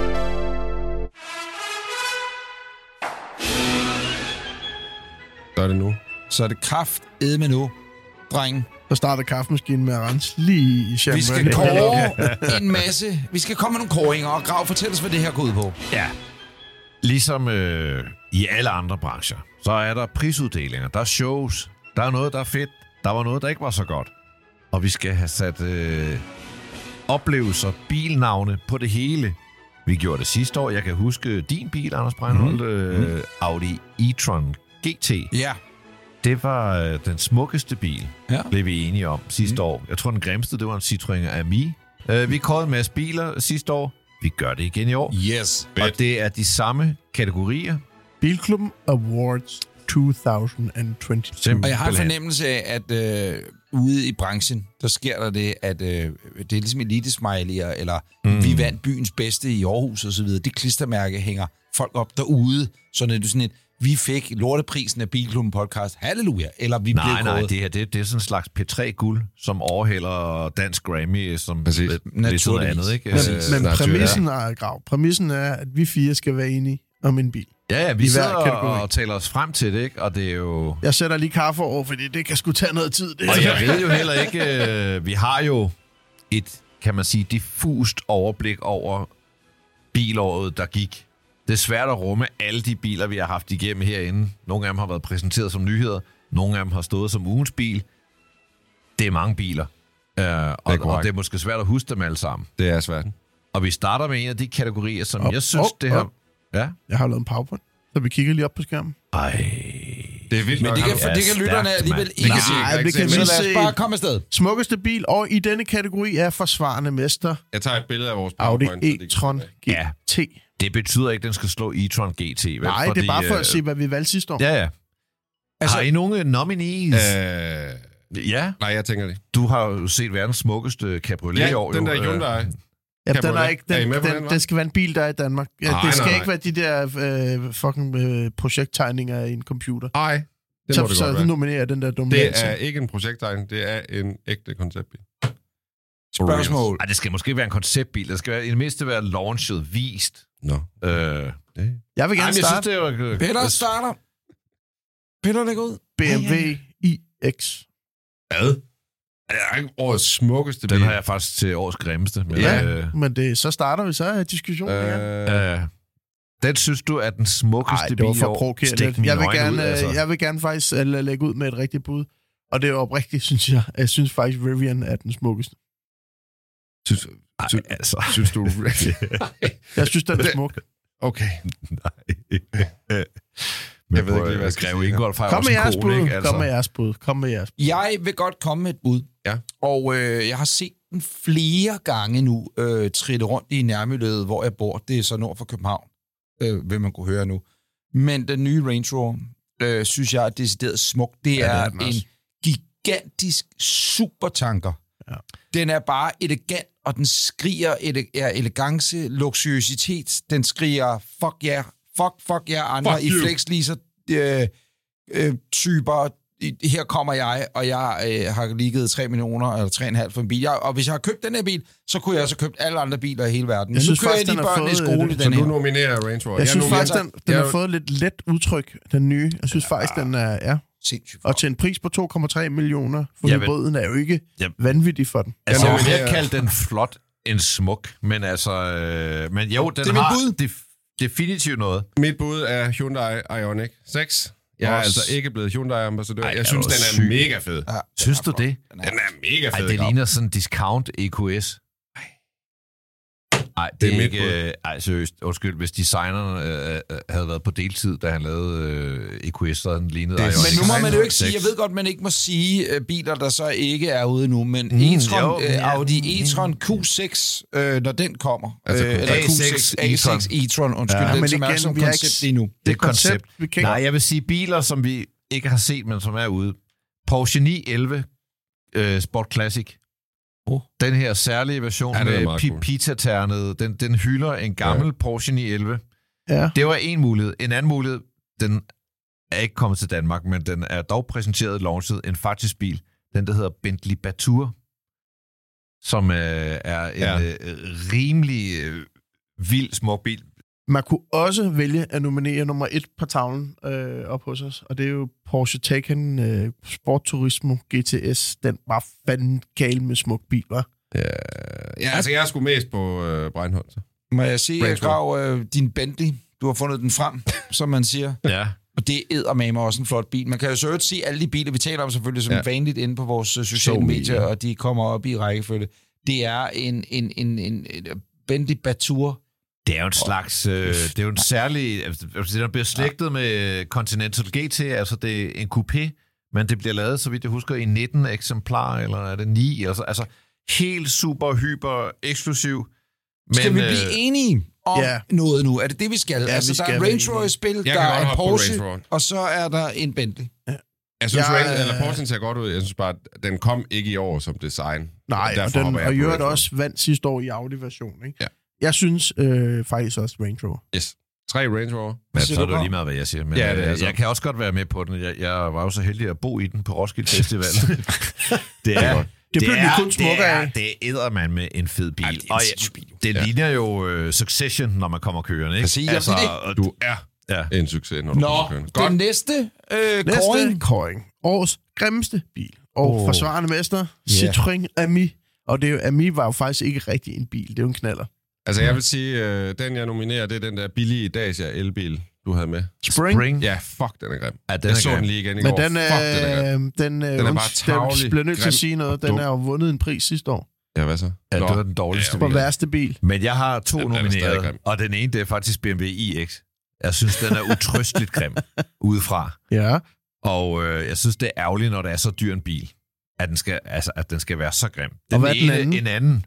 Så er det nu. Så er det kraftedme nu, dreng. Så starter kaffemaskinen med at rense lige i champagne. Vi skal kåre en masse. Vi skal komme med nogle kåringer, og Grav, fortæl os, hvad det her går ud på. Ja. Ligesom i alle andre brancher, så er der prisuddelinger, der er shows, der er noget, der er fedt, der var noget, der ikke var så godt. Og vi skal have sat oplevelser, bilnavne på det hele. Vi gjorde det sidste år. Jeg kan huske din bil, Anders Breinholt, Audi e-tron GT. Ja. Det var den smukkeste bil, blev vi enige om sidste år. Jeg tror, den grimmeste, det var en Citroën Ami. Vi kårede en masse biler sidste år. Vi gør det igen i år. Yes. Og det er de samme kategorier. Bilklubben Awards 2022. Og jeg har en fornemmelse af, at ude i branchen, der sker der det, at det er ligesom elitesmiley'er, eller vi vandt byens bedste i Aarhus og så videre. Det klistermærke hænger folk op derude, så det er sådan et, vi fik lorteprisen af Bilklubben podcast. Halleluja. Eller vi blev kåret. Nej, det her, det er sådan en slags P3-guld, som overhælder Dansk Grammy, som lidt andet, ikke? Men præmissen er grav. Præmissen er, at vi 4 skal være enige om en bil. Ja, vi sidder og taler os frem til det, ikke? Og det er jo... Jeg sætter lige kaffe over, fordi det kan sgu tage noget tid. Det. Og jeg ved jo heller ikke... Vi har jo et, kan man sige, diffust overblik over bilåret, der gik. Det er svært at rumme alle de biler, vi har haft igennem herinde. Nogle af dem har været præsenteret som nyheder. Nogle af dem har stået som ugens bil. Det er mange biler. Og det er måske svært at huske dem alle sammen. Det er svært. Og vi starter med en af de kategorier, som jeg synes, det her... Ja? Jeg har lavet en PowerPoint, så vi kigger lige op på skærmen. Ej... Det er vildt men det kan lytterne alligevel ikke se. Nej, det kan vi se. Se. Bare komme afsted. Smukkeste bil, og i denne kategori er forsvarende mester. Jeg tager et billede af vores Audi PowerPoint. e-tron GT. Det betyder ikke, at den skal slå e-tron GT. Vel? Nej, det er bare for at se, hvad vi valgte sidste år. Ja. Altså, har I nogle nominees? Ja. Nej, jeg tænker det. Du har jo set verdens smukkeste cabriolet i år. Den der Hyundai. Ja, den er ikke, den skal være en bil, der er i Danmark. Ja, det skal ikke være de der fucking projekttegninger i en computer. Nej, det må det godt være. Så nominerer den der dumme. Det er ikke en projekttegning, det er en ægte konceptbil. Spørgsmål. Ej, det skal måske være en konceptbil. Det skal være, i det mindste være launchet, vist. Nå. Jeg vil gerne starte. Peter starter. Peter, læg ud. BMW iX. Hvad? Det er ikke årets smukkeste bil. Den har jeg faktisk til årets grimmeste. Men, men så starter vi så af diskussionen igen. Den synes du er den smukkeste bil i år? Det var for provokerende. Jeg vil gerne faktisk lægge ud med et rigtigt bud. Og det er oprigtigt, synes jeg. Jeg synes faktisk, Rivian er den smukkeste. Synes du? Jeg synes, den er smuk. Okay. Nej. Jeg ved ikke lige, hvad jeg skal sige. Kom med jeres bud. Jeg vil godt komme med et bud. Ja. Og jeg har set den flere gange nu tritte rundt i nærmiljøet, hvor jeg bor. Det er så nord for København, vil man kunne høre nu. Men den nye Range Rover, synes jeg er decideret smuk. Det er en gigantisk supertanker. Ja. Den er bare elegant, og den skriger elegance, luksuriøsitet. Den skriger fuck jer andre i flexleaser typer. Her kommer jeg, og jeg har lige givet 3 millioner eller 3,5 for en bil. Og hvis jeg har købt den her bil, så kunne jeg også have købt alle andre biler i hele verden. Jeg synes nu kører jeg de børn i skole. Så du nominerer Range Rover? Jeg synes faktisk, den har fået lidt let udtryk, den nye. Jeg synes faktisk, den er... Sindssygt. Og til en pris på 2,3 millioner for hybriden er jo ikke vanvittig for den. Altså, jeg vil kalde den flot en smuk, men altså... men jo, den har definitivt noget. Mit bud er Hyundai Ioniq 6. Jeg er altså ikke blevet Hyundai-ambassadør. Jeg synes, den er mega fed. Ja, synes du det? Den er mega fed. Ej, det ligner sådan en discount EQS. Nej, det er ikke... Ej, seriøst. Undskyld, hvis designeren havde været på deltid, da han lavede EQS, så havde den lignet Ioniq. Men nu må man jo ikke sige... Jeg ved godt, man ikke må sige biler, der så ikke er ude nu, men Audi e-tron Q6, når den kommer. Altså eller A6 e-tron, undskyld. Ja, den som er som koncept lige nu. Det er koncept. Nej, jeg vil sige biler, som vi ikke har set, men som er ude. Porsche 911 Sport Classic. Den her særlige version med pizza-ternet, den hylder en gammel Porsche 911. Ja. Det var en mulighed. En anden mulighed, den er ikke kommet til Danmark, men den er dog præsenteret launchet en faktisk bil. Den, der hedder Bentley Batur, som er en rimelig vild smuk bil. Man kunne også vælge at nominere nummer 1 på tavlen op hos os, og det er jo Porsche Taycan Sport Turismo GTS. Den var fandme gal med smuk bil, hva'? Ja, altså jeg er sgu mest på Breinholt. Må jeg se, Grav, din Bentley? Du har fundet den frem, som man siger. Ja. Og det eddermame også en flot bil. Man kan jo så øvrigt se alle de biler, vi taler om selvfølgelig som vanligt inde på vores sociale medier, og de kommer op i rækkefølge. Det er en Bentley Batur. Det er jo en slags... det er jo en særlig... Altså, det bliver slægtet med Continental GT, altså det er en coupé, men det bliver lavet, så vidt jeg husker, i 19 eksemplarer, eller er det 9? Altså helt super, hyper, eksklusiv. Men, skal vi blive enige om noget nu? Er det, vi skal? Ja, altså, der er Range Rover-spil, der er en Porsche, og så er der en Bentley. Ja. Jeg synes, Porsche ser godt ud. Jeg synes bare, at den kom ikke i år som design. Nej, og i øvrigt også vandt sidste år i Audi-version, ikke? Ja. Jeg synes faktisk også Range Rover. Yes. 3 Range Rover. Men så er det lige meget, hvad jeg siger. Men jeg kan også godt være med på den. Jeg var jo så heldig at bo i den på Roskilde Festival. Det bliver kun smukkere af. Det er eddermand med en fed bil. Ja, og det ligner jo Succession, når man kommer kørende, ikke? Præcis, altså, du er en succes, når du kommer kørende. Godt. Den næste kåring. Årets grimmeste bil. Og forsvarende mester, Citroën Ami. Og det er jo, Ami var jo faktisk ikke rigtig en bil. Det er jo en knaller. Altså, jeg vil sige, den jeg nominerer, det er den der billige Dacia elbil, du havde med. Spring? Ja, fuck, den er grim. Ja, jeg så den lige igen i går. Men den er bare tavlig. Den bliver nødt til at sige noget. Den har jo vundet en pris sidste år. Ja, hvad så? Ja, det var den dårligste bil. For værste bil. Men jeg har 2 nomineret, og den ene, det er faktisk BMW iX. Jeg synes, den er utrysteligt grim udefra. Ja. Og jeg synes, det er ærgerligt, når det er så dyr en bil, at den skal være så grim. Og hvad er den anden? En anden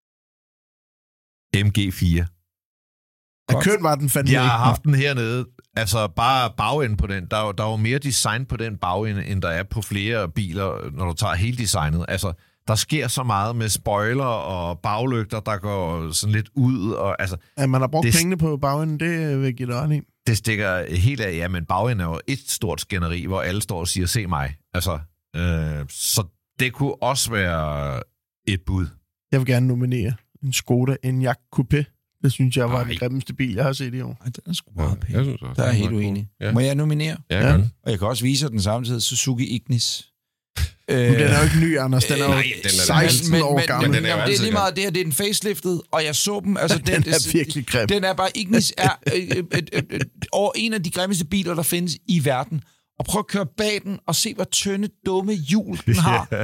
MG4. Hvad køn var den fandme? Jeg har haft den hernede. Altså bare bagenden på den. Der var mere design på den bagende, end der er på flere biler, når du tager hele designet. Altså, der sker så meget med spoiler og baglygter, der går sådan lidt ud. Og, altså, ja, man har brugt pengene på bagenden, det vil jeg give dig ret i. Det stikker helt af, ja, men bagenden er jo et stort skænderi, hvor alle står og siger, se mig. Altså, så det kunne også være et bud. Jeg vil gerne nominere en Skoda Enyaq Coupé. Det synes jeg var den grimmeste bil, jeg har set i år. Ej, den er sgu meget pæn. Jeg synes også, der er helt uenig. Ja. Må jeg nominere? Ja. Og jeg kan også vise den samtidig Suzuki Ignis. Den er jo ikke ny, Anders. Den er jo 16 år gammel. Men det er lige meget det her. Det er den faceliftet, og jeg så dem. Altså, den er virkelig grim. Den er bare... Ignis er over en af de grimmeste biler, der findes i verden. Og prøv at køre bag den og se, hvor tynde, dumme hjul den har.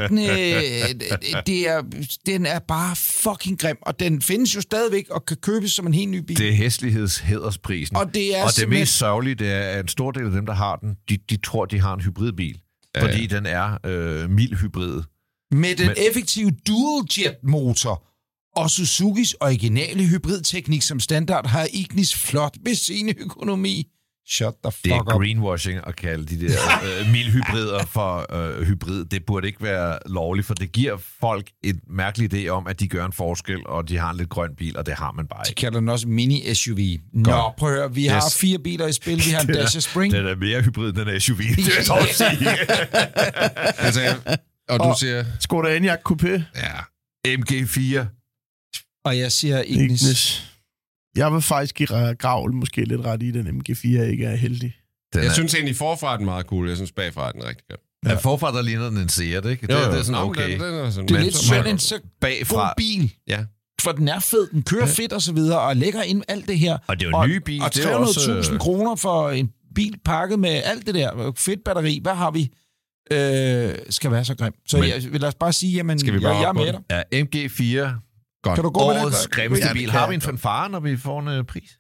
Den er bare fucking grim, og den findes jo stadigvæk og kan købes som en helt ny bil. Det er hæslighedshædersprisen. Og det mest sørgelige, det er, at en stor del af dem, der har den, de tror, de har en hybridbil. Fordi den er mild hybrid. Med den effektive dual-jet-motor og Suzukis originale hybridteknik som standard har Ignis flot benzinøkonomi. Shut the fuck up. Det er greenwashing at kalde de der mildhybrider for hybrid. Det burde ikke være lovligt, for det giver folk et mærkeligt idé om, at de gør en forskel, og de har en lidt grøn bil, og det har man bare ikke. De kalder den også mini-SUV. Nå, prøv at høre, vi har 4 biler i spil. Vi har en Dacia Spring. Den er mere hybrid, end den SUV. Det vil jeg også sige. Altså, og du siger... Skoda Enyaq Coupé. Ja. MG4. Og jeg siger Ignis. Jeg vil faktisk give Gravl måske lidt ret i, den MG4 ikke er heldig. Jeg synes egentlig, forfra er den meget cool. Jeg synes, bagfra er den rigtig godt. Ja, forfra der ligner den en Seat, ikke? Det er sådan okay. Den er sådan, det er lidt synd en så god bil. Ja. For den er fed, den kører fedt og så videre, og lægger ind alt det her. Og det er jo en ny bil. Og 300.000 kroner for en bil pakket med alt det der. Fedt batteri, hvad har vi? Skal være så grim. Så jeg vil bare sige, jamen, jeg er med dig. Ja, MG4. Godt. Kan du gå årets grimmeste bil. Har vi en fanfare, når vi får en pris?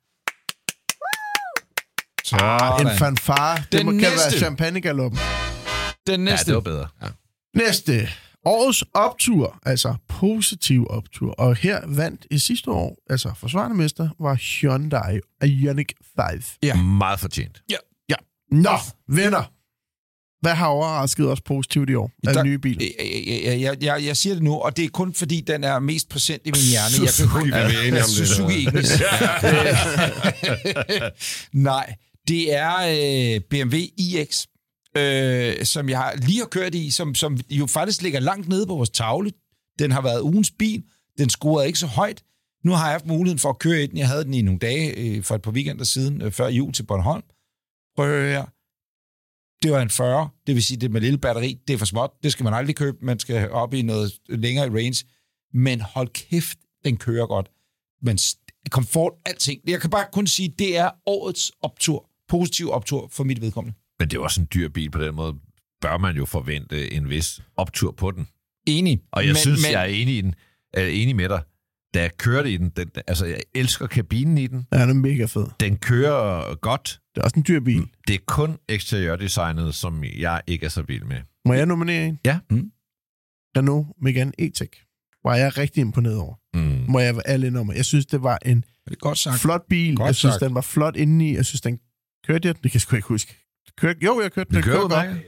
En fanfare. Det kan være champagnegaloppen. Den næste. Ja, det var bedre. Ja. Næste. Årets optur, altså positiv optur. Og her vandt i sidste år, altså forsvarende mester, var Hyundai Ioniq 5. Ja. Meget fortjent. Ja. Nå, venner. Hvad har overrasket os positivt i år af den nye bil? Jeg siger det nu, og det er kun fordi, den er mest præsent i min hjerne. Suzuki Ignis. Nej, det er BMW iX, som jeg lige har kørt i, som jo faktisk ligger langt nede på vores tavle. Den har været ugens bil. Den scorede ikke så højt. Nu har jeg haft muligheden for at køre i den. Jeg havde den i nogle dage for et par weekender siden, før jul til Bornholm. Prøv at høre her. Det var en 40, det vil sige, det med lille batteri, det er for småt, det skal man aldrig købe, man skal op i noget længere i range, men hold kæft, den kører godt. Men komfort, alting. Jeg kan bare kun sige, det er årets optur, positiv optur for mit vedkommende. Men det er også en dyr bil på den måde, bør man jo forvente en vis optur på den. Enig. Og jeg synes, jeg er enig med dig. da jeg kørte i den, altså jeg elsker kabinen i den. Ja, den er mega fed. Den kører godt. Det er også en dyr bil. Det er kun eksteriørdesignet, som jeg ikke er så vild med. Må jeg nominere en? Ja. Renault Megane E-Tech var jeg rigtig imponeret over. Må jeg være ærlig om. Jeg synes, det var en flot bil. Godt jeg synes, den var flot indeni. Jeg synes, den kørte jeg. Det kan jeg sgu ikke huske. Jeg kørte den. Den kørte godt.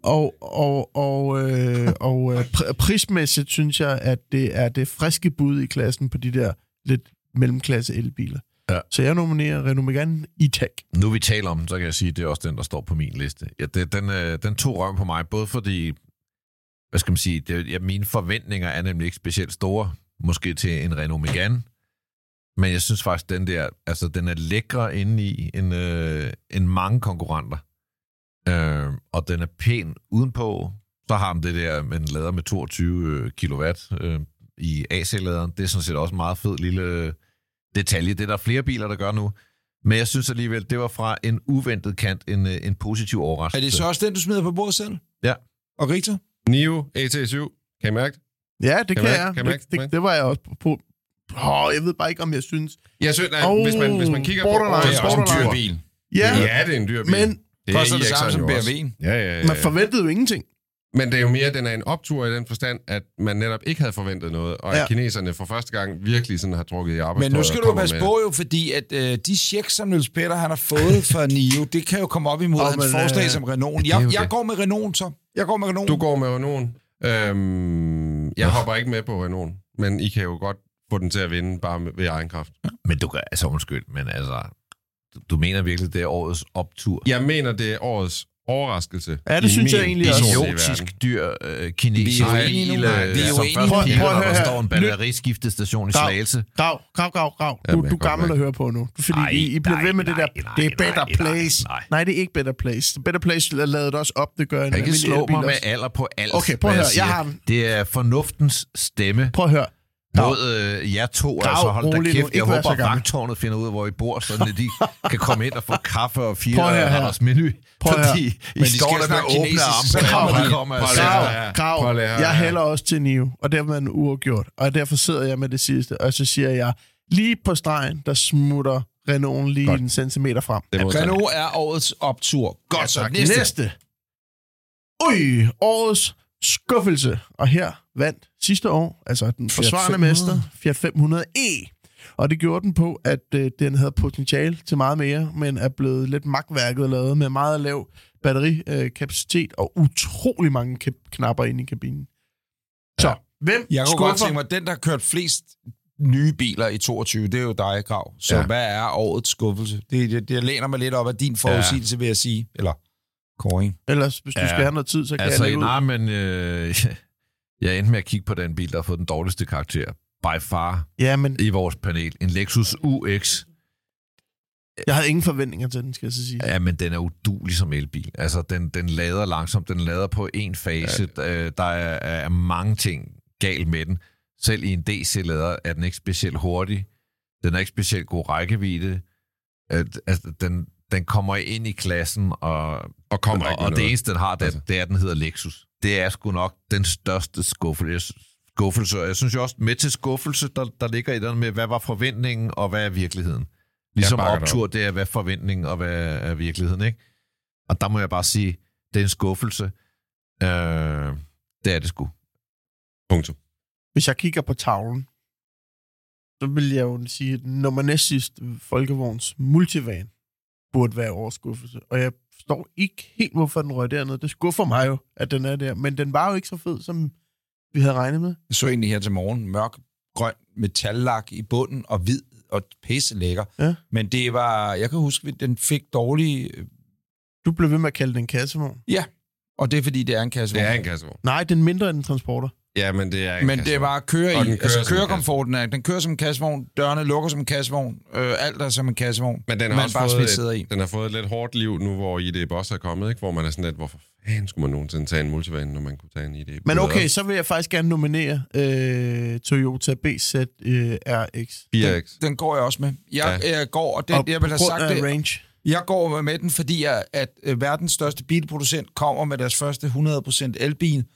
Og prismæssigt synes jeg, at det er det friske bud i klassen på de der lidt mellemklasse elbiler. Ja. Så jeg nominerer Renault Megane E-Tech. Nu vi taler om den, så kan jeg sige, at det er også den, der står på min liste. Ja, den tog røven på mig, både fordi, hvad skal man sige, mine forventninger er nemlig ikke specielt store, måske til en Renault Megane, men jeg synes faktisk, den der, altså den er lækre inde i en mange konkurrenter. Og den er pæn udenpå. Så har den det der, man lader med 22 kW i AC-laderen. Det er sådan set også en meget fed lille detalje. Det er der flere biler, der gør nu. Men jeg synes alligevel, det var fra en uventet kant en positiv overraskelse. Er det så også den, du smider på bordet selv? Ja. Og Rita? NIO ET7. Kan I mærke det? Ja, det kan jeg. Det var jeg også på. Jeg ved bare ikke, om jeg synes... Jeg synes, hvis man kigger på... Det er også en dyr bil. Ja, det er en dyr bil. Men det koster det samme som BMW'en. Ja. Man forventede jo ingenting. Men det er jo mere, den er en optur i den forstand, at man netop ikke havde forventet noget, og at kineserne for første gang virkelig sådan har trukket i arbejdstøjet. Men nu skal du passe på jo, fordi at de checks, som Niels Peter han har fået fra NIO, det kan jo komme op imod hans forslag som Renault. Jeg går med Renault, så. Du går med Renault. Jeg hopper ikke med på Renault, men I kan jo godt få den til at vinde bare ved egen kraft. Men du kan, altså undskyld, men altså, du mener virkelig, det er årets optur? Jeg mener, det er årets overraskelse. Ja, det synes jeg egentlig også. Idiotisk dyr kinesisk bil, som først kigger, og der står en batteriskiftestation i Slagelse. Grav. Du er gammel at høre på nu. Fordi I bliver ved med det der, det er Better Place. Nej, det er ikke Better Place. Better Place er lavet også op, det gør en almindelig elbil. Jeg kan slå mig med alder på alt. Okay, prøv at høre, jeg har den. Det er fornuftens stemme. Prøv at høre. Mod jer to, altså hold da kæft. Jeg håber, at vagtårnet finder ud af, hvor I bor, så de kan komme ind og få kaffe og 4 retters menu. Fordi I står der med åbne arme. Grav, jeg hælder også til NIO, og dermed er den uafgjort. Og derfor sidder jeg med det sidste, og så siger jeg, lige på stregen, der smutter Renault lige en centimeter frem. Renault er årets optur. Godt så. Næste. Årets skuffelse. Og her vandt sidste år, altså den forsvarende mester, Fiat 500e. Og det gjorde den på, at den havde potentiale til meget mere, men er blevet lidt magtværket lavet med meget lav batterikapacitet og utrolig mange knapper inde i kabinen. Så, hvem jeg kunne godt tænke mig, den, der har kørt flest nye biler i 22, det er jo dig, Grav. Så hvad er årets skuffelse? Det læner mig lidt op af din forudsigelse, vil jeg sige. Eller kåring. Ellers, hvis du skal have noget tid, så kan jeg lægge ud. Nej, men jeg endte med at kigge på den bil, der har fået den dårligste karakter. By far i vores panel. En Lexus UX. Jeg havde ingen forventninger til den, skal jeg så sige. Ja, men den er uduelig som elbil. Altså, den lader langsomt. Den lader på en fase. Ja. Der er mange ting galt med den. Selv i en DC-lader er den ikke specielt hurtig. Den er ikke specielt god rækkevidde. Altså, den kommer ind i klassen, og det eneste, den har, det er, at den hedder Lexus. Det er sgu nok den største skuffelse. Jeg synes jo også, med til skuffelse, der ligger i den med, hvad var forventningen, og hvad er virkeligheden. Ligesom optur, det er, hvad er forventningen, og hvad er virkeligheden, ikke? Og der må jeg bare sige, det er en skuffelse. Det er det sgu. Punktum. Hvis jeg kigger på tavlen, så vil jeg jo sige, at nummer næstsidst Folkevogns Multivan burde være overskuffelse. Og jeg forstår ikke helt, hvorfor den røg dernede. Det skuffer mig jo, at den er der. Men den var jo ikke så fed, som vi havde regnet med. Jeg så egentlig her til morgen mørk, grøn metallak i bunden og hvid og pisse lækker. Ja. Men det var, jeg kan huske, at den fik dårlige... Du blev ved med at kalde den en kassevogn. Ja, og det er fordi, det er en kassevogn. Det er en kassevogn. Nej, den er mindre end en transporter. Ja, men det er en kassevogn. Det var at køre i. Altså kørekomforten er, den kører som en kassevogn, dørene lukker som en kassevogn, alt er som en kassevogn. Men den har også fået et lidt hårdt liv nu, hvor ID Boss er kommet, ikke? Hvor man er sådan lidt, hvorfor fanden skulle man nogensinde tage en multivan, når man kunne tage en ID? Men okay, så vil jeg faktisk gerne nominere Toyota BZ RX. 4X. Den går jeg også med. Jeg går, og den, jeg vil have sagt det. Range. Jeg går med den, fordi at verdens største bilproducent kommer med deres første 100% elbil,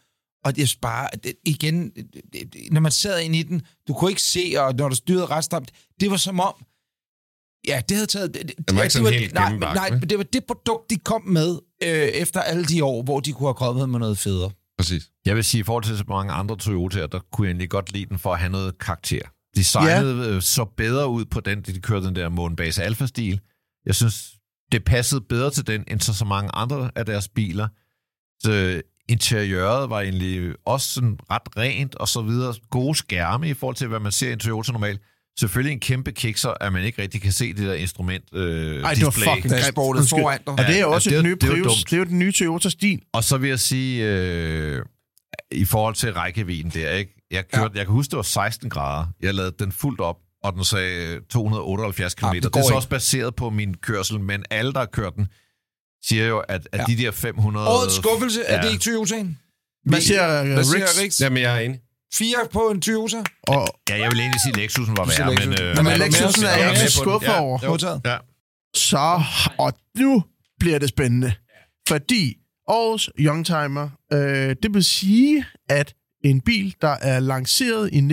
og det er bare, igen, når man sad ind i den, du kunne ikke se, og når du styrede ret stramt, det var som om, ja, det havde taget... Det var ikke sådan helt gennembagt. Nej, det var det produkt, de kom med efter alle de år, hvor de kunne have kommet med noget federe. Præcis. Jeg vil sige, i forhold til så mange andre Toyota'er, der kunne jeg egentlig godt lide den for at have noget karakter. Designet så bedre ud på den, de kørte den der Månebase Alpha-stil. Jeg synes, det passede bedre til den, end så mange andre af deres biler. Så interiøret var egentlig også sådan ret rent, og så videre. Gode skærme i forhold til, hvad man ser i en Toyota normalt. Selvfølgelig en kæmpe kikser, at man ikke rigtig kan se det der instrument display. Det var fucking dashboardet foran dig. Og det er jo også et nye Prius. Det er jo den nye Toyota-stil. Og så vil jeg sige, i forhold til rækkevidden der, ikke? Jeg kan huske, det var 16 grader. Jeg lavede den fuldt op, og den sagde 278 km. Det er så også baseret på min kørsel, men alle, der har kørt den, siger jo, at de der 500... Årets skuffelse, er det ikke Toyota'en? Hvad siger Rix? Jamen, jeg er enig. 4 på en Toyota. Ja, jeg vil egentlig sige, at Lexusen var værre, men Lexusen er jeg ikke skuffet over. Ja. Så, og nu bliver det spændende. Fordi årets Youngtimer, det vil sige, at en bil, der er lanceret i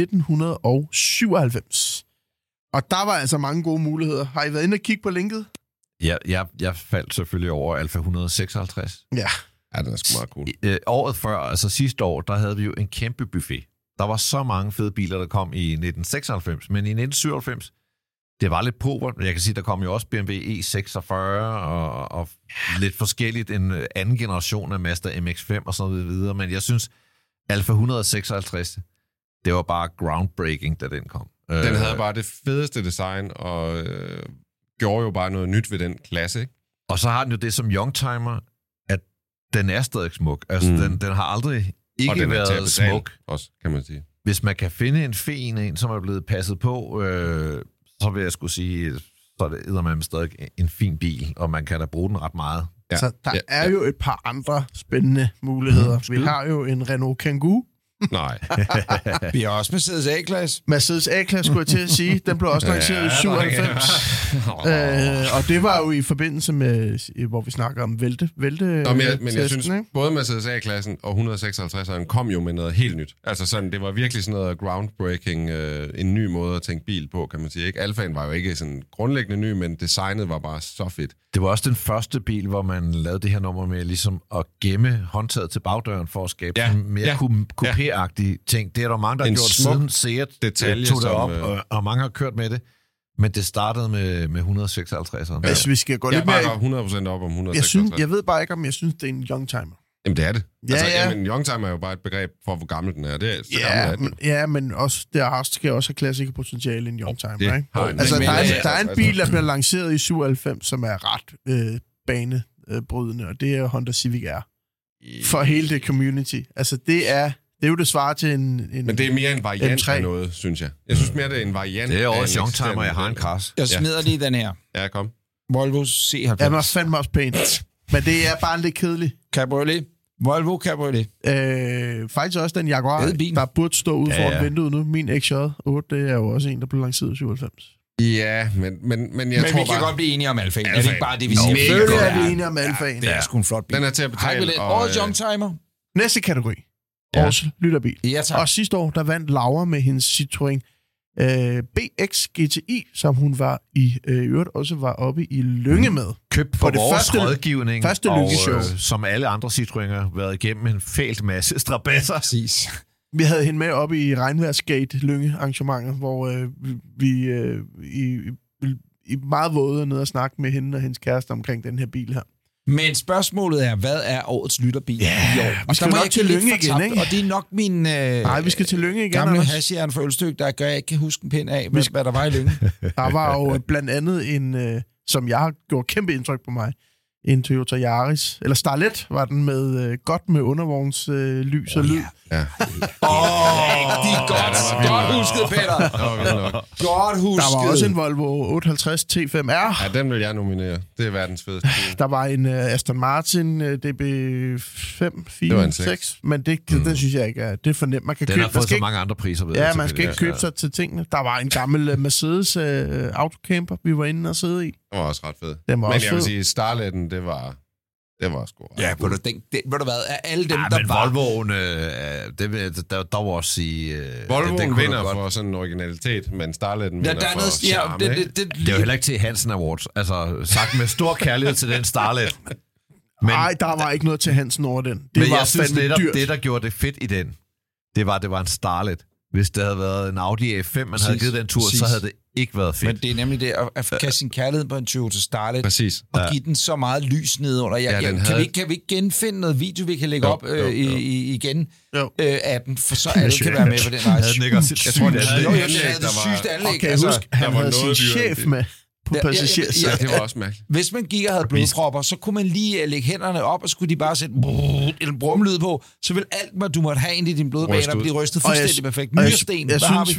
1997. Og der var altså mange gode muligheder. Har I været inde og kigge på linket? Ja, jeg faldt selvfølgelig over Alfa 156. Ja. Ja, den er sgu meget cool. Året før, altså sidste år, der havde vi jo en kæmpe buffet. Der var så mange fede biler, der kom i 1996, men i 1997, det var lidt pover. Jeg kan sige, der kom jo også BMW E46 og lidt forskelligt en anden generation af Mazda MX-5 og sådan videre, men jeg synes, Alfa 156, det var bare groundbreaking, da den kom. Den havde bare det fedeste design, og gjorde jo bare noget nyt ved den klasse, ikke? Og så har den jo det som Youngtimer, at den er stadig smuk. Altså, den har aldrig ikke været smuk. Også, kan man sige. Hvis man kan finde en, som er blevet passet på, så vil jeg skulle sige, så er det eddermame stadig en fin bil, og man kan da bruge den ret meget. Ja. Så der er jo et par andre spændende muligheder. Vi har jo en Renault Kangoo. Nej. Vi har også Mercedes A-klasse. Mercedes A-klasse, skulle jeg til at sige. Den blev også lanceret i 97. Og det var jo i forbindelse med, hvor vi snakker om vælte. Men jeg synes, både Mercedes A-klassen og 156'eren kom jo med noget helt nyt. Altså sådan, det var virkelig sådan noget groundbreaking, en ny måde at tænke bil på, kan man sige. Ikke? Alfaen var jo ikke sådan grundlæggende ny, men designet var bare så fedt. Det var også den første bil, hvor man lavede det her nummer med ligesom at gemme håndtaget til bagdøren for at skabe mere coupé-agtige ting. Det er der mange, der har gjort siden Seat tog det op, og mange har kørt med det. Men det startede med 156'eren. Hvis vi skal gå lidt mere... Jeg bakker 100% op om 156. Jeg ved bare ikke, om jeg synes, det er en Youngtimer. Jamen, det er det. Jamen, Youngtimer er jo bare et begreb for, hvor gammel den er. Det er så men også, skal også have klassikerpotentiale i en Youngtimer, ikke? Altså, der er en bil, der bliver lanceret i 97, som er ret banebrydende, og det er Honda Civic R. For hele det community. Altså, det er jo det svar til en men det er mere en variant af noget, synes jeg. Jeg synes mere, det er en variant. Det er også Youngtimer, jeg har en Cars. Jeg smider lige den her. Ja, kom. Volvo C90. Den var fandme også pænt. Men det er bare lidt kedeligt. Cabriolet. Volvo Cabriolet. Faktisk også den Jaguar, der burde stå ude foran vinduet nu. Min XJ8, det er jo også en, der blev lanceret i 97. Ja, men jeg tror vi kan godt blive enige om Alfaen. Er det ikke bare det, vi siger? Selvfølgelig er vi enige om Alfaen. Det er sgu en flot bil. Den er til at betale. Årets Youngtimer. Næste kategori. Årets lytterbil. Ja, tak. Og sidste år, der vandt Laura med hendes Citroën BX GTI, som hun var i øvrigt også var oppe i Lynge med. Købt på vores rådgivning, første Lynge-show. Som alle andre Citroëner været igennem en fælt masse strabasser. Præcis. Vi havde hende med oppe i Regnværsgate Lynge arrangementer, hvor vi i meget våde nede og snakke med hende og hendes kæreste omkring den her bil her. Men spørgsmålet er, hvad er årets lytterbil i år? Vi skal nok til Lynge igen, ikke? Og det er nok min nej, vi skal til Lynge igen, gamle hashjern for ølstykke, der gør, jeg ikke kan huske en pind af, hvad der var i Lynge. Der var jo blandt andet en, som jeg har gjort kæmpe indtryk på mig, en Toyota Yaris, eller Starlet var den med godt med undervogns lys og lyd. Ja. Rigtig godt. Godt husket, Peter. Godt husket. Der var også en Volvo 850 T5R. Ja, den vil jeg nominere. Det er verdens fedeste bil. Der var en Aston Martin DB5, 4, 6, men den synes jeg ikke er. Det er for nemt. Man kan den købe, har fået så mange andre priser ved. Ja, man skal ikke købe sig til tingene. Der var en gammel Mercedes autocamper, vi var inde og sidde i. Den var også ret fed. Men jeg vil sige, Starletten, det var Det var sgu... Ja, ved du hvad, af alle dem, der men var... Volvoen, det vil jeg dog også sige... Volvoen vinder for sådan en originalitet, men Starletten vinder for charme, det er jo heller ikke til Hansen Awards. Altså, sagt med stor kærlighed til den Starlet. Nej, der var ikke noget til Hansen over den. Det var jeg synes, dyrt. det, der gjorde det fedt i den, det var en Starlet. Hvis det havde været en Audi A5, man havde givet den tur, så havde det ikke været fedt. Men det er nemlig det, at kaste sin kærlighed på en Toyota Starlet, præcis. Og give den så meget lys nedenunder. Kan vi ikke genfinde noget video, vi kan lægge op igen af den, for så alle kan være med på den rejse. Jeg tror, det havde det sygeste anlæg. Okay, husk, han havde sin chef med på passagersædet. Det var også mærkeligt. Hvis man gik og havde blodpropper, så kunne man lige lægge hænderne op, og så kunne de bare sætte en brumlyd på, så vil alt, hvad du måtte have ind i din blodbaner, blive rystet fuldstændig perfekt. Myrsten, jeg synes,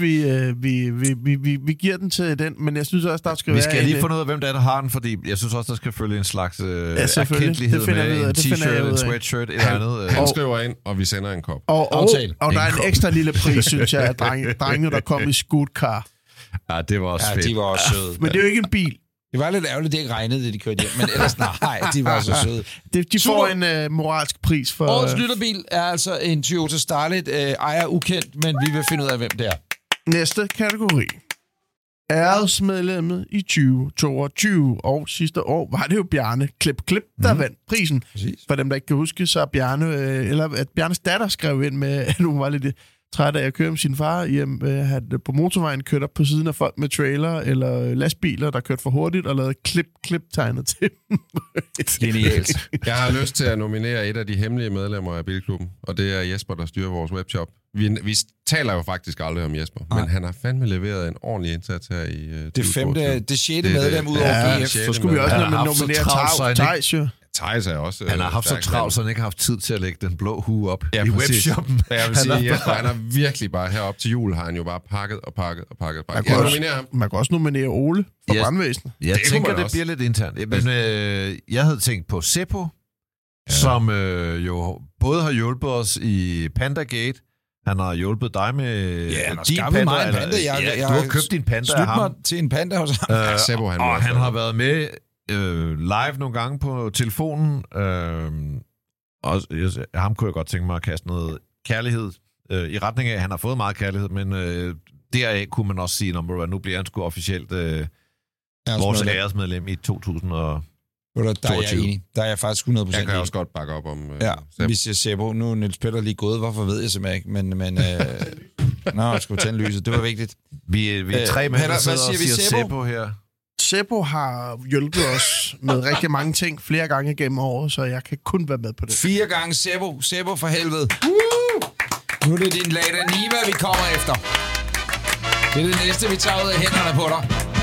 vi giver den til den, men jeg synes også, der skal være... Vi skal lige finde ud af, hvem der har den, fordi jeg synes også, der skal følge en slags erkendelighed med en t-shirt, en sweatshirt, et eller andet. Han skriver ind, og vi sender en kop. Og der er en ekstra lille pris, synes jeg, af drengene, der kom i Scootcar. Ja, det var også fedt. De var også søde. Men det er jo ikke en bil. Det var lidt ærgerligt, det ikke regnede, det de kørte hjem, men ellers nej, de var så søde. De får en moralsk pris for... Årets lytterbil er altså en Toyota Starlet, ejer ukendt, men vi vil finde ud af, hvem det er. Næste kategori. Æresmedlemmet i 2022, og sidste år var det jo Bjarne Klip, der vandt prisen. Præcis. For dem, der ikke kan huske, så Bjarnes datter skrev ind med, at hun var lidt træt af at køre med sin far hjem, på motorvejen kørte op på siden af folk med trailer eller lastbiler, der kørte for hurtigt, og lavede klip-tegnet til dem. Genialt. Jeg har lyst til at nominere et af de hemmelige medlemmer af Bilklubben, og det er Jesper, der styrer vores webshop. Vi taler jo faktisk aldrig om Jesper, men han har fandme leveret en ordentlig indsats her i 2022. Det 6. medlem ud over GF. Så skulle vi også nominere Thijs, jo. Thijs er også... Han har haft så travlt, så han ikke har haft tid til at lægge den blå hue op i webshoppen. Jeg vil sige, Jesper, han er virkelig bare heroppe til jul, har han jo bare pakket. Man kan også nominere Ole fra Brandvæsenet. Jeg tænker, det bliver lidt internt. Men jeg havde tænkt på Seppo, som jo både har hjulpet os i Pandagate. Han har hjulpet dig med din Panda. Du har købt din Panda af ham. Slut mig til en Panda hos ham. Seppo, og han har været med live nogle gange på telefonen. Og ham kunne jeg godt tænke mig at kaste noget kærlighed i retning af. Han har fået meget kærlighed, men deraf kunne man også sige, nu bliver han sgu officielt vores æresmedlem i 2022. Der er jeg enig. Der er jeg faktisk 100% Jeg kan også godt bakke op om vi siger Seppo. Nu er Niels Petter lige gået. Hvorfor ved jeg simpelthen ikke? Men jeg skulle tænde lyset. Det var vigtigt. Vi er 3 mænd, der sidder og siger Seppo her. Seppo har hjulpet os med rigtig mange ting flere gange gennem året, så jeg kan kun være med på det. 4 gange Seppo. Seppo for helvede. Nu er det din Lada Niva, vi kommer efter. Det er det næste, vi tager ud af hænderne på dig.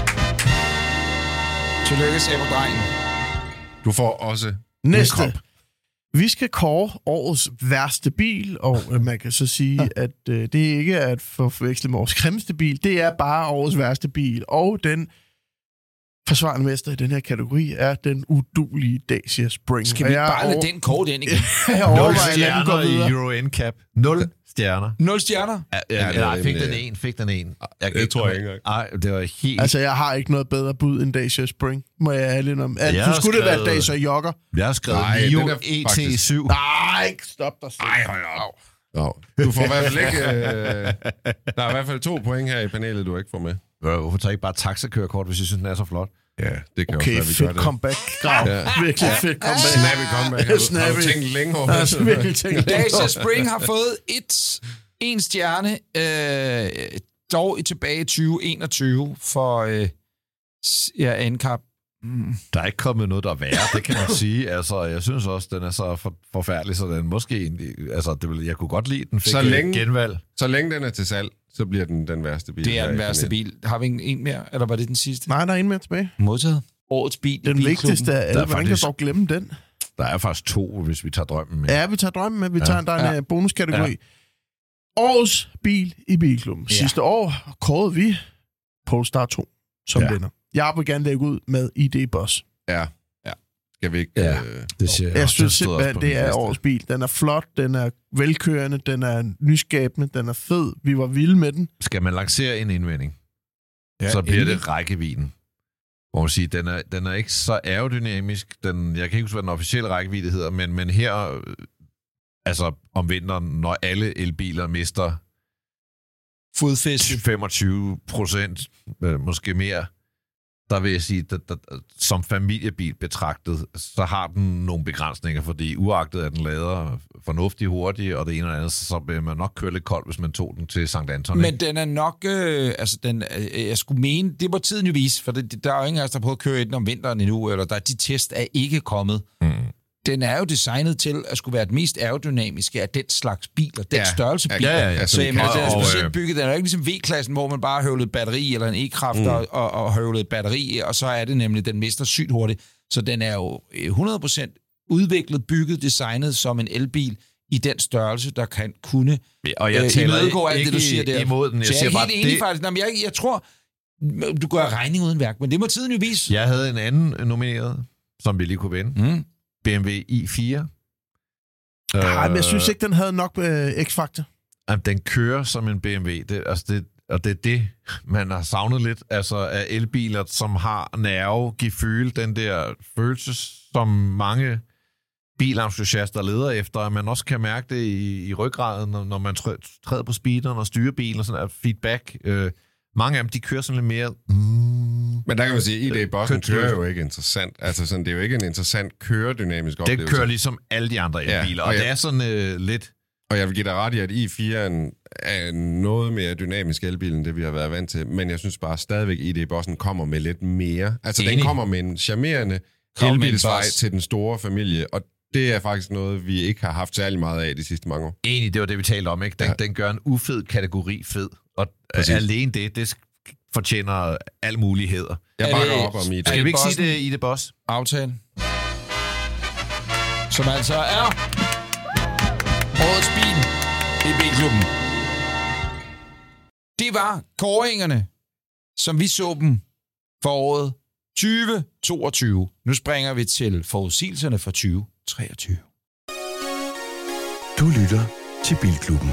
Tillykke, Seppo-drengen. Du får også næste. Vi skal kåre årets værste bil, og man kan så sige, at det ikke er at forveksle med årets grimmeste bil. Det er bare årets værste bil, og den forsvarende mester i den her kategori er den uduelige Dacia Spring. Skal vi bare lade den kåre den igen? 0 stjerner i Euro NCAP. 0 stjerner. 0 stjerner? Nej, fik den en. Det tror jeg ikke engang. Nej, det var helt... Altså, jeg har ikke noget bedre bud end Dacia Spring, må jeg have lidt om. Du skulle det være Dacia Jogger. Jeg har skrevet Nio ET7. Nej, stop dig selv. Nej, hold op. Du får i hvert fald ikke... der er i hvert fald 2 point her i panelet, du ikke får med. Hvorfor tager I ikke bare taxakørekort, hvis I synes, den er så flot? Ja, det kan okay, også være, fedt comeback. Virkelig fedt comeback. Snappy comeback. Har du tænkt længe over? Dacia Spring har fået 1 stjerne, dog tilbage i 2021 for NCAP. Der er ikke kommet noget, der er værre, det kan man sige. Altså, jeg synes også, den er så forfærdelig, så den måske egentlig... Altså, jeg kunne godt lide, den fik genvalg. Så længe den er til salg, så bliver den værste bil. Det er den værste bil. Har vi en mere, eller var det den sidste? Nej, der er en mere tilbage. Modtaget. Årets bil. Den vigtigste af alle. Hvordan kan du glemme den? Der er faktisk 2, hvis vi tager drømmen med. Ja, vi tager drømmen med. Vi tager en bonuskategori. Ja. Årets bil i Bilklubben. Sidste år kårede vi Polestar 2 som vinder. Jeg vil gerne lægge ud med ID Boss. Ja. Skal vi ikke... Jeg synes simpelthen, det er årets bil. Den er flot, den er velkørende, den er nyskabende, den er fed. Vi var vilde med den. Skal man lancere en indvending, så bliver det rækkevidden. hvor man siger, den er ikke så aerodynamisk. Jeg kan ikke huske, hvad den officielle rækkevidde hedder, men her, altså om vinteren, når alle elbiler mister fodfæste 25%, måske mere, der vil jeg sige, at som familiebil betragtet, så har den nogle begrænsninger, fordi uagtet at den lader fornuftigt hurtigt, og det ene eller andet, så vil man nok køre lidt koldt, hvis man tog den til St. Anton. Men den er nok, jeg skulle mene, det må tiden jo vise, for der er jo ingen af os, der prøver at køre den om vinteren endnu, eller de test er ikke kommet. Den er jo designet til at skulle være det mest aerodynamiske af den slags biler, den størrelse biler. Ja. Så jamen, det er specielt bygget, den er jo ikke ligesom V-klassen, hvor man bare høvler et batteri eller en e-kraft og høvler et batteri, og så er det nemlig, den mister sygt hurtigt. Så den er jo 100% udviklet, bygget, designet som en elbil i den størrelse, der kan kunne imødegå alt det, du siger der. Imod den. Jeg så jeg er bare, helt enig faktisk. Jamen, jeg tror, du gør regning uden værk, men det må tiden jo vise. Jeg havde en anden nomineret, som vi lige kunne vinde. BMW i4. Men jeg synes ikke, den havde nok X-faktor. Den kører som en BMW. Det er det, man har savnet lidt. Altså af elbiler, som har nerve, gefyl, den der følelse, som mange bilentusiaster leder efter, at man også kan mærke det i ryggraden, når man træder på speederen og styrer bilen og sådan feedback. Mange af dem, de kører sådan lidt mere... Men der kan man sige, at ID-Bossen kører jo ikke interessant. Altså sådan, det er jo ikke en interessant køredynamisk oplevelse. Det kører ligesom alle de andre elbiler, og det er sådan lidt... Og jeg vil give dig ret i, at i4 er noget mere dynamisk elbil, end det vi har været vant til. Men jeg synes bare stadigvæk, at ID-Bossen kommer med lidt mere. Altså den kommer med en charmerende elbilsvej til den store familie, og det er faktisk noget, vi ikke har haft særlig meget af de sidste mange år. Enig, det var det, vi talte om, ikke? Den gør en ufed kategori fed, og alene det fortjener alle muligheder. Jeg bakker op om ID. Skal vi ikke sige det i det, boss? Aftale. Som altså er årets bil i Bilklubben. Det var kåringerne, som vi så dem for året 2022. Nu springer vi til forudsigelserne for 2023. Du lytter til Bilklubben.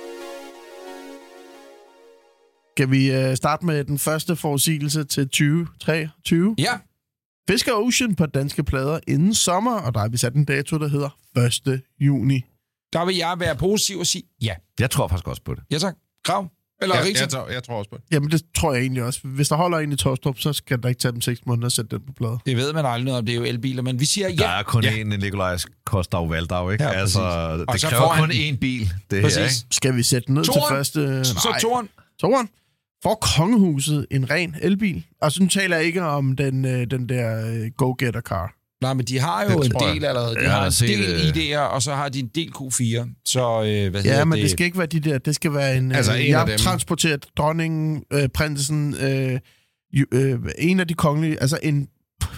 Skal vi starte med den første forudsigelse til 2023? Ja. Fisker Ocean på danske plader inden sommer, og der har vi sat en dato, der hedder 1. juni. Der vil jeg være positiv og sige ja. Jeg tror faktisk også på det. Ja tak. Grav? Eller jeg tror også på det. Jamen, det tror jeg egentlig også. Hvis der holder en i Torstrup, så skal der ikke tage dem 6 måneder at sætte den på plade. Det ved man aldrig noget om, det er jo elbiler, men vi siger ja. Der er kun én Nikolaj Kostau-Valdau, ikke? Ja, altså, det kræver kun én bil, det her, ikke? Skal vi sætte den ned til første... Så Toren. Får kongehuset en ren elbil? Altså, nu taler jeg ikke om den der go-getter-car. Nej, men de har jo en del allerede. De har en del idéer, og så har de en del Q4. Så, men det skal ikke være de der. Det skal være en... Altså, en af dem. Transporteret dronningen, prinsessen, en af de kongelige... Altså, en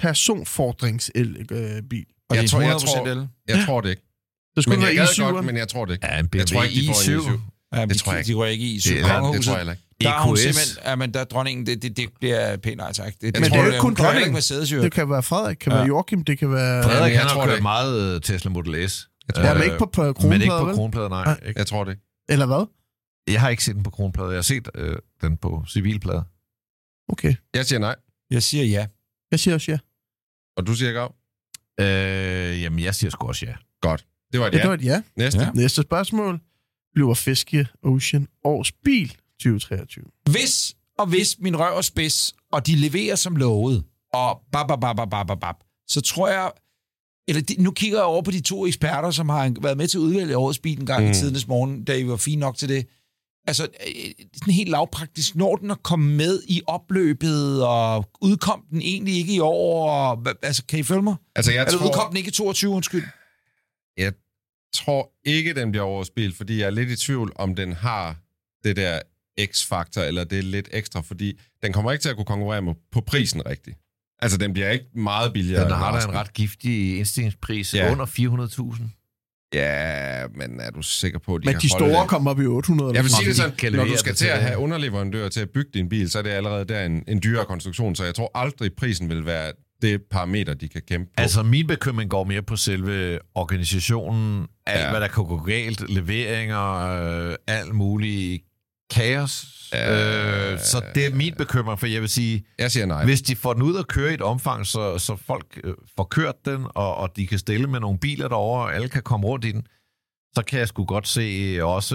personfordringsbil. Og jeg det er 100% el. Jeg tror det ikke. Det skulle være i7'eren. Godt, men jeg tror det ikke. Ja, en BMW jeg tror ikke, de får en i7. Ja, det tror jeg ikke. De går ikke i det tror jeg ikke. Der er hun simpelthen... der er dronningen, det bliver pænt nej tak. Men det er jo ikke kun dronningen. Det kan være Frederik, det kan være Joachim, det kan være... Frederik, han har kørt meget Tesla Model S. Men ikke på kronplader, men ikke på kronplader, nej. Jeg tror det ikke. Eller hvad? Jeg har ikke set den på kronplader. Jeg har set den på civilplader. Okay. Jeg siger nej. Jeg siger ja. Jeg siger også ja. Og du siger Gav? Jamen, jeg siger sgu også ja. Godt. Det var et ja. Det var et ja. Næste spørgsmål. Bliver Fisker Ocean års bil 2023? Hvis min røv er spids, og de leverer som lovet, og så tror jeg... nu kigger jeg over på de 2 eksperter, som har været med til at udvælge årets bil en gang i tidernes morgen, da I var fint nok til det. Altså, sådan helt lavpraktisk. Når den at komme med i opløbet, og udkom den egentlig ikke i år? Og, altså, kan I følge mig? Altså, udkom den ikke i 22, undskyld? Jeg tror ikke, den bliver årets bil, fordi jeg er lidt i tvivl, om den har det der X-faktor, eller det er lidt ekstra, fordi den kommer ikke til at kunne konkurrere med på prisen rigtigt. Altså, den bliver ikke meget billigere. Den har da en ret giftig indstigningspris under 400.000. Ja, men er du sikker på, at men de store kommer op i 800? Jeg vil sige det sådan, når du skal til at have underleverandører til at bygge din bil, så er det allerede der en dyrere konstruktion, så jeg tror aldrig, prisen vil være det parameter, de kan kæmpe på. Altså, min bekymring går mere på selve organisationen, alt hvad der kan gå galt, leveringer, alt muligt kaos. Så det er min bekymring, for jeg vil sige... Jeg siger nej. Hvis de får den ud at køre i et omfang, så folk får kørt den, og de kan stille med nogle biler derovre, og alle kan komme rundt i den, så kan jeg sgu godt se også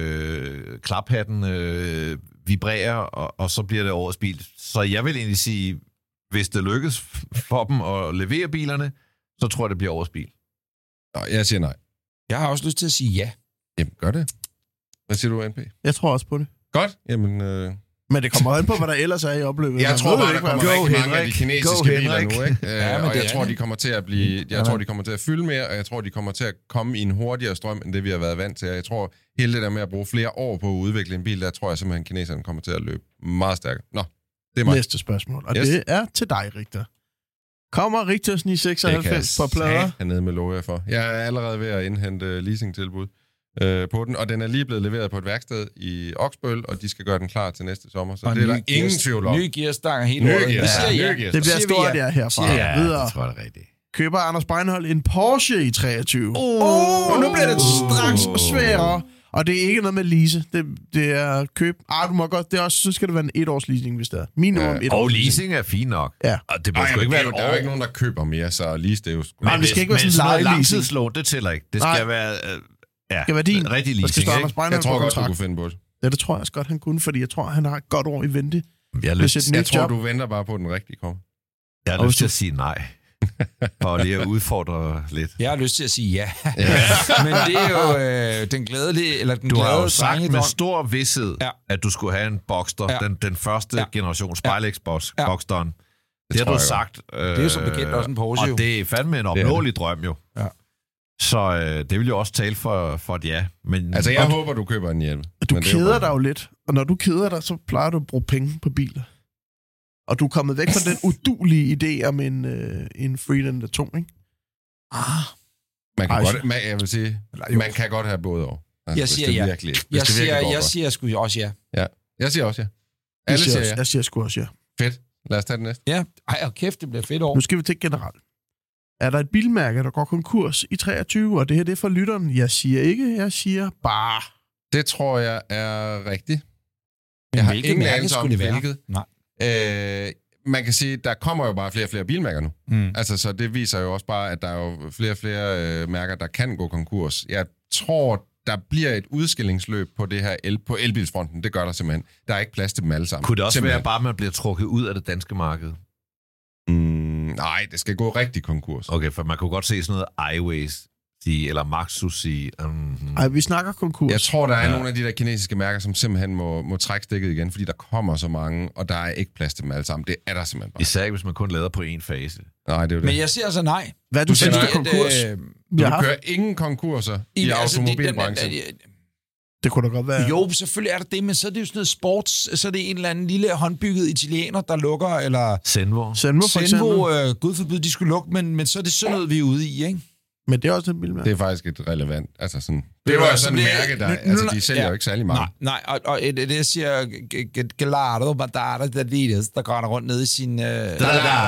klaphatten vibrere, og så bliver det årets bil. Så jeg vil egentlig sige, hvis det lykkes for dem at levere bilerne, så tror jeg, det bliver årets bil. Nå, jeg siger nej. Jeg har også lyst til at sige ja. Jamen, gør det. Hvad siger du, NP? Jeg tror også på det. Godt. Jamen, Men det kommer an på, hvad der ellers er i opløbet. Jeg tror bare, der kommer rigtig mange af de kinesiske biler nu, ikke? Og jeg tror, de kommer til at blive... Jeg tror, de kommer til at fylde mere, og jeg tror, de kommer til at komme i en hurtigere strøm, end det, vi har været vant til. Jeg tror, hele det der med at bruge flere år på at udvikle en bil, der tror jeg simpelthen, kineserne kommer til at løbe meget stærkere. Nå, det er mig. Næste spørgsmål, og det er til dig, Richter. Kommer Richters 996 på plader? Det kan jeg med love jer for. Jeg er allerede ved at indhente leasingtilbud på den, og den er lige blevet leveret på et værksted i Oksbøl, og de skal gøre den klar til næste sommer, så det er der ingen tvivl om. Nye gearstanger hele året. Det bliver stort, det er herfra. Ja, det tror jeg er rigtigt. Køber Anders Breinholt en Porsche i 23. Og nu bliver det straks sværere. Og det er ikke noget med lease. Det er køb. Du må godt. Det er også, så skal det være en 1-års leasing, hvis det er. Minimum 1 år. Og leasing er fint nok. Ja. Og det må sgu ikke være der er jo ikke nogen, der køber mere, så lease det er jo sgu... Men det skal ikke være sådan en leasing. Langtidslån, det tæller ikke. Det skal være... det skal være din. Rigtig leasing, ikke? Jeg tror godt, du kunne finde på det. Ja, det tror jeg også godt, han kunne, fordi jeg tror, han har et godt år i vente. Jeg tror, du venter bare på den rigtige kom. Jeg har lyst til at sige nej. For lige at udfordre lidt. Jeg har lyst til at sige ja. Men det er jo den glædelige, eller den du glade har jo sagt med drøm. stor vidsthed, at du skulle have en Boxster, den første generation Spejlex-Boxsteren. Det har du sagt. Det er jo som bekendt også en Porsche. Og det er fandme en opnåelig drøm jo. Ja. Så det vil jo også tale for et ja. Men, altså, jeg håber, du køber en hjelm. Du keder dig jo lidt, og når du keder dig, så plejer du at bruge penge på biler. Og du er kommet væk fra den udulige idé om en Freelander 2, ikke? Man kan godt, jeg vil sige, man kan godt have både år. Altså, jeg siger ja. Jeg siger sgu også ja. Ja, jeg siger også ja. Alle siger ja. Jeg siger sgu også ja. Fedt. Lad os tage det næste. Ja, kæft, det bliver fedt år. Nu skal vi til generelt. Er der et bilmærke, der går konkurs i 23, og det her det er for lytteren? Jeg siger ikke, jeg siger bare. Det tror jeg er rigtigt. Jeg har ingen anelse om hvilket. Nej. Man kan sige, der kommer jo bare flere og flere bilmærker nu. Altså, så det viser jo også bare, at der er jo flere og flere mærker, der kan gå konkurs. Jeg tror, der bliver et udskillingsløb på det her på elbilsfronten. Det gør der simpelthen. Der er ikke plads til dem alle sammen. Kunne det også være bare, at man bliver trukket ud af det danske marked? Nej, det skal gå rigtig konkurs. Okay, for man kunne godt se sådan noget iWays eller Maxus sige... Ej, vi snakker konkurs. Jeg tror, der er nogle af de der kinesiske mærker, som simpelthen må trække stikket igen, fordi der kommer så mange, og der er ikke plads til dem alle sammen. Det er der simpelthen bare. Især hvis man kun lader på én fase. Nej, det er jo det. Men jeg siger altså nej. Hvad du siger, konkurs? Du kører ingen konkurser i automobilbranchen. Det kunne da godt være. Jo, selvfølgelig er der det, men så er det jo sådan noget sports, så er det en eller anden lille håndbygget italiener, der lukker, eller... Senvo for eksempel. Gud forbyde, de skulle lukke, men så er det sådan noget, vi er ude i, ikke? Men det er også en bilmærke. Det er faktisk et relevant, altså sådan... Det er jo sådan en mærke, der... Altså, de sælger jo ikke særlig meget. Nej, og det jeg siger, Gallardo, Bandara, der går rundt ned i sin... Jeg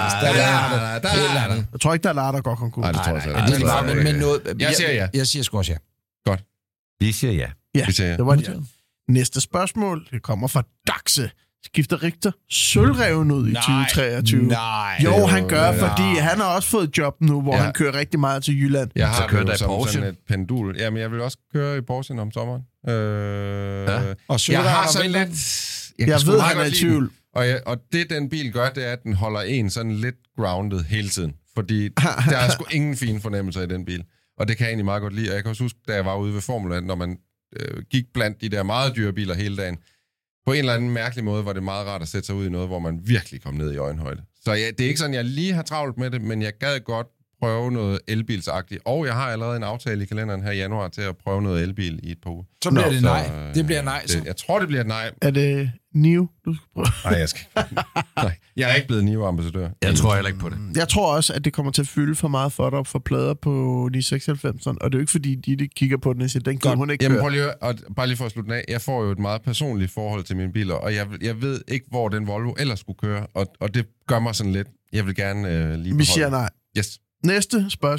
tror ikke, der er Lara, der går konkurs. Nej, det tror jeg ikke. Jeg siger ja. Jeg siger sgu også ja. Godt. Vi siger ja. Ja, det var det. Næste spørgsmål, det kommer fra Daxe. Skifter Richter sølvreven ud i 2023? Nej. Jo, han gør, fordi han har også fået job nu, hvor han kører rigtig meget til Jylland. Jeg har kørt som sådan et pendul. Jamen, jeg vil også køre i Porsche om sommeren. Og jeg har sådan lidt... Jeg ved, han er i tvivl. Og det, den bil gør, det er, at den holder en sådan lidt grounded hele tiden. Fordi der er sgu ingen fine fornemmelser i den bil. Og det kan jeg egentlig meget godt lide. Og jeg kan også huske, da jeg var ude ved Formel 1, når man gik blandt de der meget dyre biler hele dagen. På en eller anden mærkelig måde var det meget rart at sætte sig ud i noget, hvor man virkelig kom ned i øjenhøjde. Så det er ikke sådan, jeg lige har travlt med det, men jeg gad godt prøve noget elbilsagtigt. Og jeg har allerede en aftale i kalenderen her i januar til at prøve noget elbil i et par uger. Så bliver det nej. Det bliver nej. Jeg tror, det bliver et nej. Er det NIO, du skal prøve? Nej, jeg skal nej. Jeg er ikke blevet NIO-ambassadør. Jeg tror heller ikke på det. Jeg tror også, at det kommer til at fylde for meget for dig for plader på 996. Og det er jo ikke, fordi de kigger på den og siger, den kan hun ikke køre. Jamen, bare lige for at slutte af. Jeg får jo et meget personligt forhold til mine biler, og jeg ved ikke, hvor den Volvo ellers skulle køre. Og det gør mig sådan lidt. Jeg vil gerne lige beholde. Vi siger nej. Yes. Næste spørgsmål,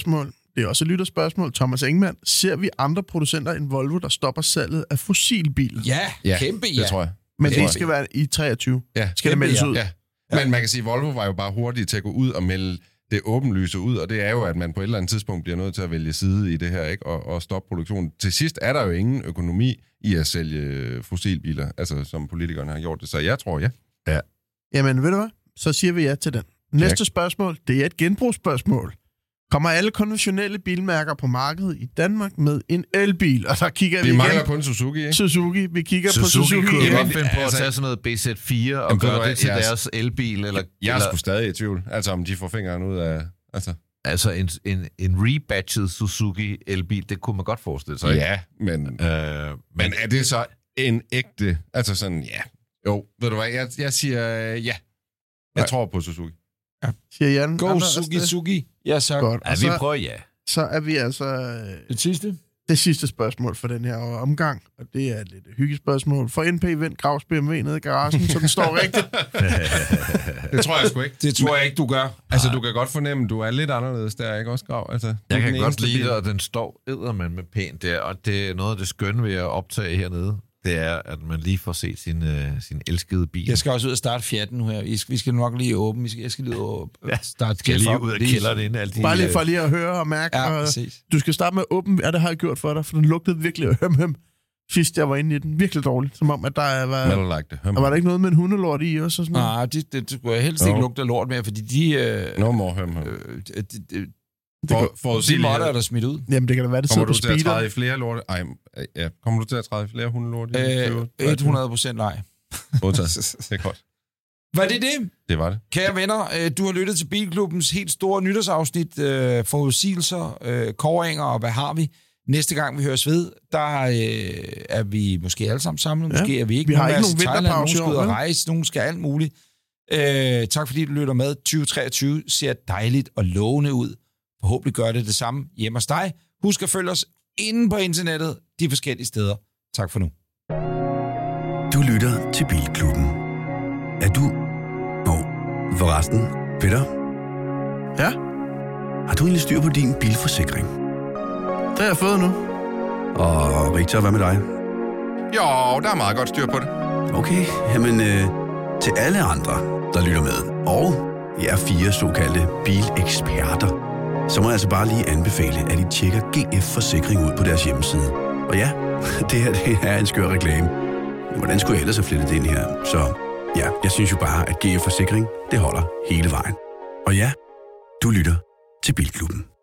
det er også et lytterspørgsmål. Thomas Engman, ser vi andre producenter end Volvo, der stopper salget af fossilbiler? Ja, kæmpe ja. Det tror jeg. Men det skal være i 23. Ja. Skal det meldes ud? Ja. Men man kan sige, at Volvo var jo bare hurtige til at gå ud og melde det åbenlyse ud, og det er jo, at man på et eller andet tidspunkt bliver nødt til at vælge side i det her, ikke? Og stoppe produktionen. Til sidst er der jo ingen økonomi i at sælge fossilbiler, altså som politikerne har gjort det. Så jeg tror, ja. Jamen, ved du hvad? Så siger vi ja til den. Næste spørgsmål, det er et genbrugsspørgsmål. Kommer alle konventionelle bilmærker på markedet i Danmark med en elbil? Og der kigger vi igen. Vi mangler kun Suzuki, ikke? Suzuki. Vi kigger på Suzuki. Suzuki kunne godt finde på at tage sådan noget BZ4 og gøre det til deres elbil. Jeg er sgu stadig i tvivl. Altså, om de får fingeren ud af... Altså, en rebatched Suzuki elbil, det kunne man godt forestille sig. Ja, men er det så en ægte... Altså sådan, ja. Jo, ved du hvad? Jeg siger ja. Jeg tror på Suzuki. Ja. Siger Jan. Go Suzuki. Ja, så. Godt. Ja, vi prøver ja. Så er vi altså... Det sidste spørgsmål for den her omgang, og det er et lidt hyggespørgsmål. For NP vendt Gravs BMW nede i garagen, så den står rigtigt. Det tror jeg sgu ikke. Det tror jeg ikke, du gør. Altså, du kan godt fornemme, du er lidt anderledes der, ikke også, Grav? Altså, jeg kan godt lide det, og den står eddermand med pænt der, og det er noget af det skønne ved at optage hernede. Det er, at man lige får set sin elskede bil. Jeg skal også ud og starte fjerten nu her. Vi skal nok lige åbne. Jeg skal lige starte skal lige ud af kælderen inden. Bare lige for lige at høre og mærke. Ja, og du skal starte med at åbne. Ja, det har jeg gjort for dig, for den lugtede virkelig af høm. Sidst jeg var inde i den. Virkelig dårligt. Som om, at der var... Like var der ikke noget med en hundelort i også? Og sådan nej, det skulle jeg helst ikke lugte af lort mere, fordi de... No more høm. De måtte er der smidt ud. Jamen, det kan da være, det sidder på speeder. Kommer du til at træde i flere lorte? Ja. Kommer du til at træde i flere hundelorte? 100% nej. Det er godt. Var det det? Det var det. Kære venner, du har lyttet til Bilklubbens helt store nytårsafsnit, forudsigelser, kåringer og hvad har vi. Næste gang vi høres ved, der er vi måske alle sammen samlet, måske er vi ikke. Vi har ikke nogen vinterpause. Nogen skal ud og rejse, nogen skal alt muligt. Tak fordi du lytter med. 2023 ser dejligt og lovende ud. Forhåbentlig gør det samme hjemme hos dig. Husk at følge os inde på internettet, de forskellige steder. Tak for nu. Du lytter til Bilklubben. Er du... forresten, Peter? Ja? Har du egentlig styr på din bilforsikring? Det har jeg fået nu. Og Victor, hvad med dig? Jo, der er meget godt styr på det. Okay, jamen til alle andre, der lytter med, og jer 4 såkaldte bileksperter, så må jeg altså bare lige anbefale, at I tjekker GF Forsikring ud på deres hjemmeside. Og ja, det er en skør reklame. Men hvordan skulle jeg ellers have flettet det ind her? Så ja, jeg synes jo bare, at GF Forsikring, det holder hele vejen. Og ja, du lytter til Bilklubben.